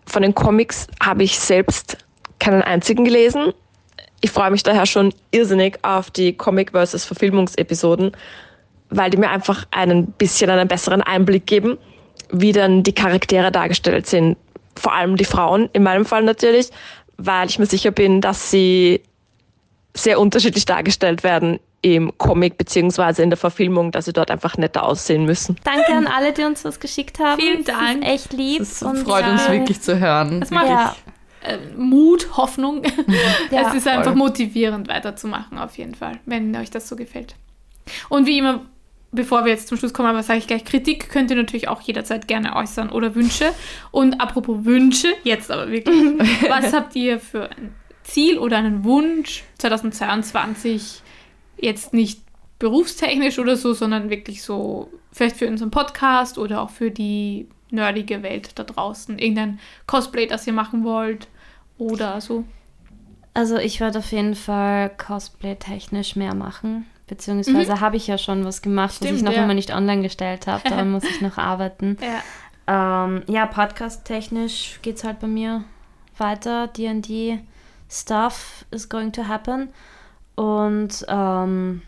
von den Comics habe ich selbst keinen einzigen gelesen. Ich freue mich daher schon irrsinnig auf die Comic versus Verfilmungsepisoden, weil die mir einfach ein bisschen einen besseren Einblick geben, wie dann die Charaktere dargestellt sind. Vor allem die Frauen, in meinem Fall natürlich, weil ich mir sicher bin, dass sie sehr unterschiedlich dargestellt werden im Comic beziehungsweise in der Verfilmung, dass sie dort einfach netter aussehen müssen. Danke an alle, die uns was geschickt haben. Vielen Das Dank. ist echt lieb. Das und freut uns äh, wirklich zu hören. Das macht Ja. äh, Mut, Hoffnung. Ja, es ist voll. einfach motivierend weiterzumachen, auf jeden Fall, wenn euch das so gefällt. Und wie immer, bevor wir jetzt zum Schluss kommen, aber sage ich gleich, Kritik könnt ihr natürlich auch jederzeit gerne äußern oder Wünsche. Und apropos Wünsche, jetzt aber wirklich, was habt ihr für ein Ziel oder einen Wunsch zweitausendzweiundzwanzig, jetzt nicht berufstechnisch oder so, sondern wirklich so, vielleicht für unseren Podcast oder auch für die nerdige Welt da draußen. Irgendein Cosplay, das ihr machen wollt oder so. Also ich werde auf jeden Fall Cosplay-technisch mehr machen. Beziehungsweise habe ich ja schon was gemacht, was Stimmt, ich noch ja. immer nicht online gestellt habe. Daran muss ich noch arbeiten. Ja. Ähm, ja, Podcast-technisch geht es halt bei mir weiter. D und D Stuff is going to happen. Und ähm,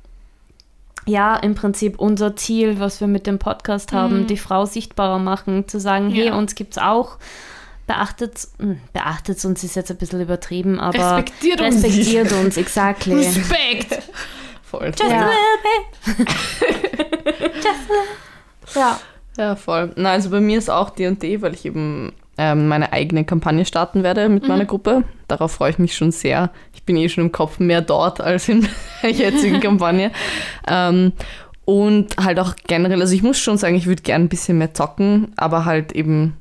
ja, im Prinzip unser Ziel, was wir mit dem Podcast haben, Mhm. die Frau sichtbarer machen, zu sagen, hey, Ja. uns gibt's auch. Beachtet, mh, beachtet uns ist jetzt ein bisschen übertrieben, aber Respektiert uns. respektiert uns, exactly. Respekt! Voll. Just Ja. a little bit. Just a Ja. Ja, voll. Na, also bei mir ist auch D und D, weil ich eben ähm, meine eigene Kampagne starten werde mit meiner Gruppe. Darauf freue ich mich schon sehr. Ich bin eh schon im Kopf mehr dort als in der jetzigen Kampagne. Ähm, und halt auch generell, also ich muss schon sagen, ich würde gerne ein bisschen mehr zocken, aber halt eben,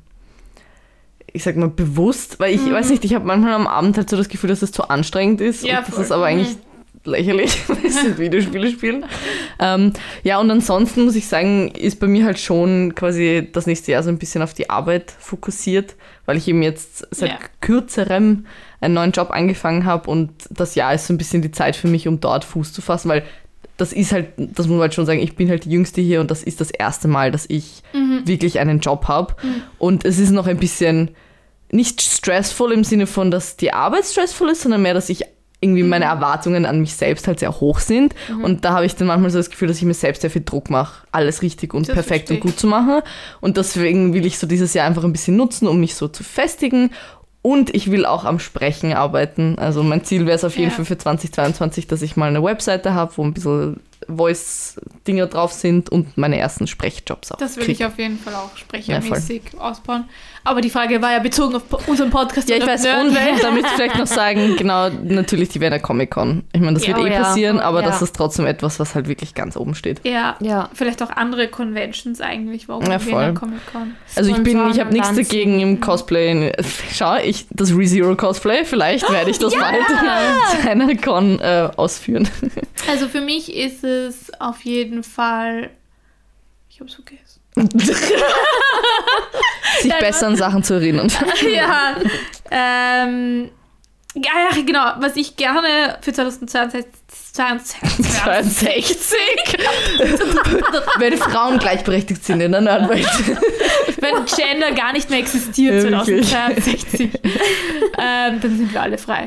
ich sag mal, bewusst, weil ich Mhm. weiß nicht, ich habe manchmal am Abend halt so das Gefühl, dass es zu anstrengend ist. Ja, und das voll. ist aber eigentlich lächerlich, weil es Videospiele spielen. Ähm, ja, und ansonsten muss ich sagen, ist bei mir halt schon quasi das nächste Jahr so ein bisschen auf die Arbeit fokussiert, weil ich eben jetzt seit Ja. kürzerem einen neuen Job angefangen habe und das Jahr ist so ein bisschen die Zeit für mich, um dort Fuß zu fassen, weil das ist halt, das muss man halt schon sagen, ich bin halt die Jüngste hier und das ist das erste Mal, dass ich wirklich einen Job habe. Und es ist noch ein bisschen nicht stressful im Sinne von, dass die Arbeit stressful ist, sondern mehr, dass ich irgendwie meine Erwartungen an mich selbst halt sehr hoch sind. Und da habe ich dann manchmal so das Gefühl, dass ich mir selbst sehr viel Druck mache, alles richtig und Das perfekt verstehe und gut zu machen. Und deswegen will ich so dieses Jahr einfach ein bisschen nutzen, um mich so zu festigen. Und ich will auch am Sprechen arbeiten. Also mein Ziel wäre es auf jeden Ja. Fall für zweitausendzweiundzwanzig, dass ich mal eine Webseite habe, wo ein bisschen Voice-Dinger drauf sind und meine ersten Sprechjobs auch Das will krieg. ich auf jeden Fall auch Ja, sprechermäßig ausbauen. Aber die Frage war ja bezogen auf unseren Podcast. Ja, ich und auf weiß, und Nerdwelt. damit vielleicht noch sagen, genau, natürlich die Wiener Comic-Con. Ich meine, das Ja, wird eh oh ja. passieren, aber Ja. das ist trotzdem etwas, was halt wirklich ganz oben steht. Ja, Ja. vielleicht auch andere Conventions eigentlich. Warum Ja, Wiener voll. Comic-Con? Also ich bin, ich habe Sponsoren nichts Lanzen. dagegen im Cosplay. Schau, ich, das ReZero Cosplay, vielleicht werde ich das bald zu einer Con äh, ausführen. Also für mich ist es auf jeden Fall... Ich hab's vergessen. Sich besser an Sachen zu erinnern. ja, ähm... Ja, ja, genau. Was ich gerne für zweitausendzweiundzwanzig zweiundsechzig Wenn Frauen gleichberechtigt sind in der Nerdwelt. wenn Gender gar nicht mehr existiert, Ja, wirklich. zweitausendzweiundsechzig, ähm, dann sind wir alle frei.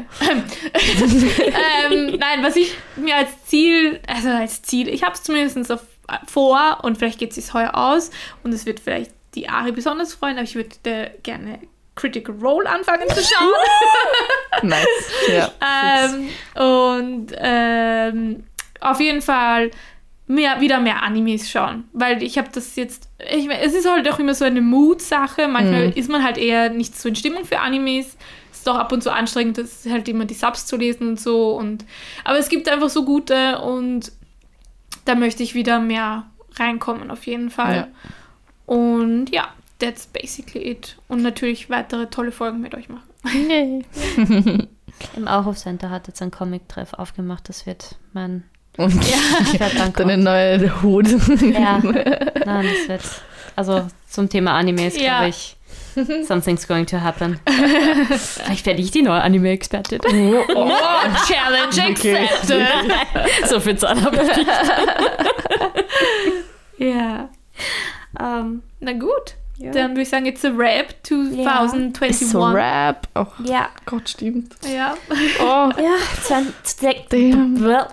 ähm, nein, was ich mir als Ziel, also als Ziel, ich habe es zumindest auf, vor und vielleicht geht es sich heuer aus und es wird vielleicht die Ari besonders freuen, aber ich würde gerne Critical Role anfangen zu schauen. Nice. Ja. ähm, und ähm, auf jeden Fall mehr, wieder mehr Animes schauen, weil ich habe das jetzt, ich, es ist halt auch immer so eine Mood-Sache, manchmal Mhm. ist man halt eher nicht so in Stimmung für Animes, ist doch ab und zu anstrengend, das ist halt immer die Subs zu lesen und so, und aber es gibt einfach so gute und da möchte ich wieder mehr reinkommen auf jeden Fall. Ja. Und ja, that's basically it. Und natürlich weitere tolle Folgen mit euch machen. Im Auhof Center hat jetzt ein Comic-Treff aufgemacht. Das wird mein Und ich werd dann deine neue Hut. Ja, nein, das wird, also zum Thema Animes, Ja. glaube ich, something's going to happen. Vielleicht werde ich die neue Anime-Expertin. Oh, Challenge accepted! So viel Zeit habe ich. Ja, Ähm, na gut. Ja. Dann würde ich sagen, it's a wrap zwanzig einundzwanzig. Ist so Rap. Oh Ja. Gott, stimmt. Ja. Oh, Ja, zwanzig. damn. Moment,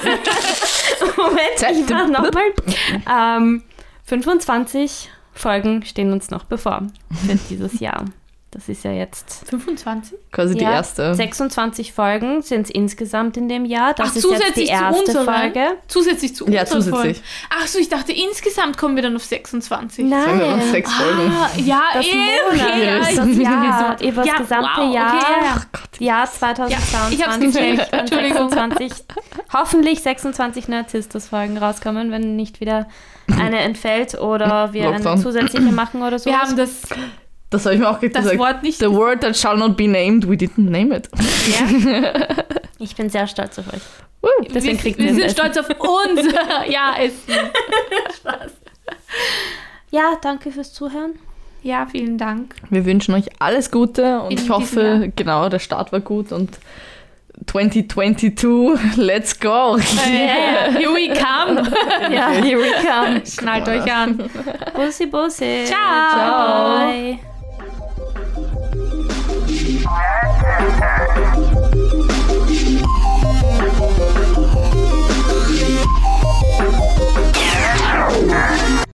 ich mach nochmal. Ähm, fünfundzwanzig Folgen stehen uns noch bevor für dieses Jahr. Das ist ja jetzt... fünfundzwanzig? Quasi die ja, erste. sechsundzwanzig Folgen sind es insgesamt in dem Jahr. Das Ach, ist jetzt die zusätzlich zu erste unseren? Folge. Zusätzlich zu Ja, unseren zusätzlich. Folgen. Ach so, ich dachte, insgesamt kommen wir dann auf sechsundzwanzig. Sagen wir noch Nein, sechs Folgen. Ah, ja, das eh, Monat, okay, ja, das ich- Jahr, über das Ja, gesamte wow, okay, Jahr. ja, ja. Jahr zweitausendzweiundzwanzig. Ja, ich hab's gecheckt. und Entschuldigung. sechsundzwanzig, hoffentlich sechsundzwanzig Narzisstus-Folgen rauskommen, wenn nicht wieder eine entfällt oder wir Lockdown. eine zusätzliche machen oder so. Wir haben das, Das habe ich mir auch das gesagt. Wort nicht. The word that shall not be named, we didn't name it. Ich bin sehr stolz auf euch. Woo. Deswegen wir, kriegt wir ihr sind Essen. stolz auf uns. Ja, Essen. Ja, danke fürs Zuhören. Ja, vielen Dank. Wir wünschen euch alles Gute und In ich diesem hoffe, Jahr. genau, der Start war gut und zwanzig zweiundzwanzig, let's go. Yeah. Here we come. Ja, here we come. Schnallt euch an. Bussi, bussi. Ciao. Bye.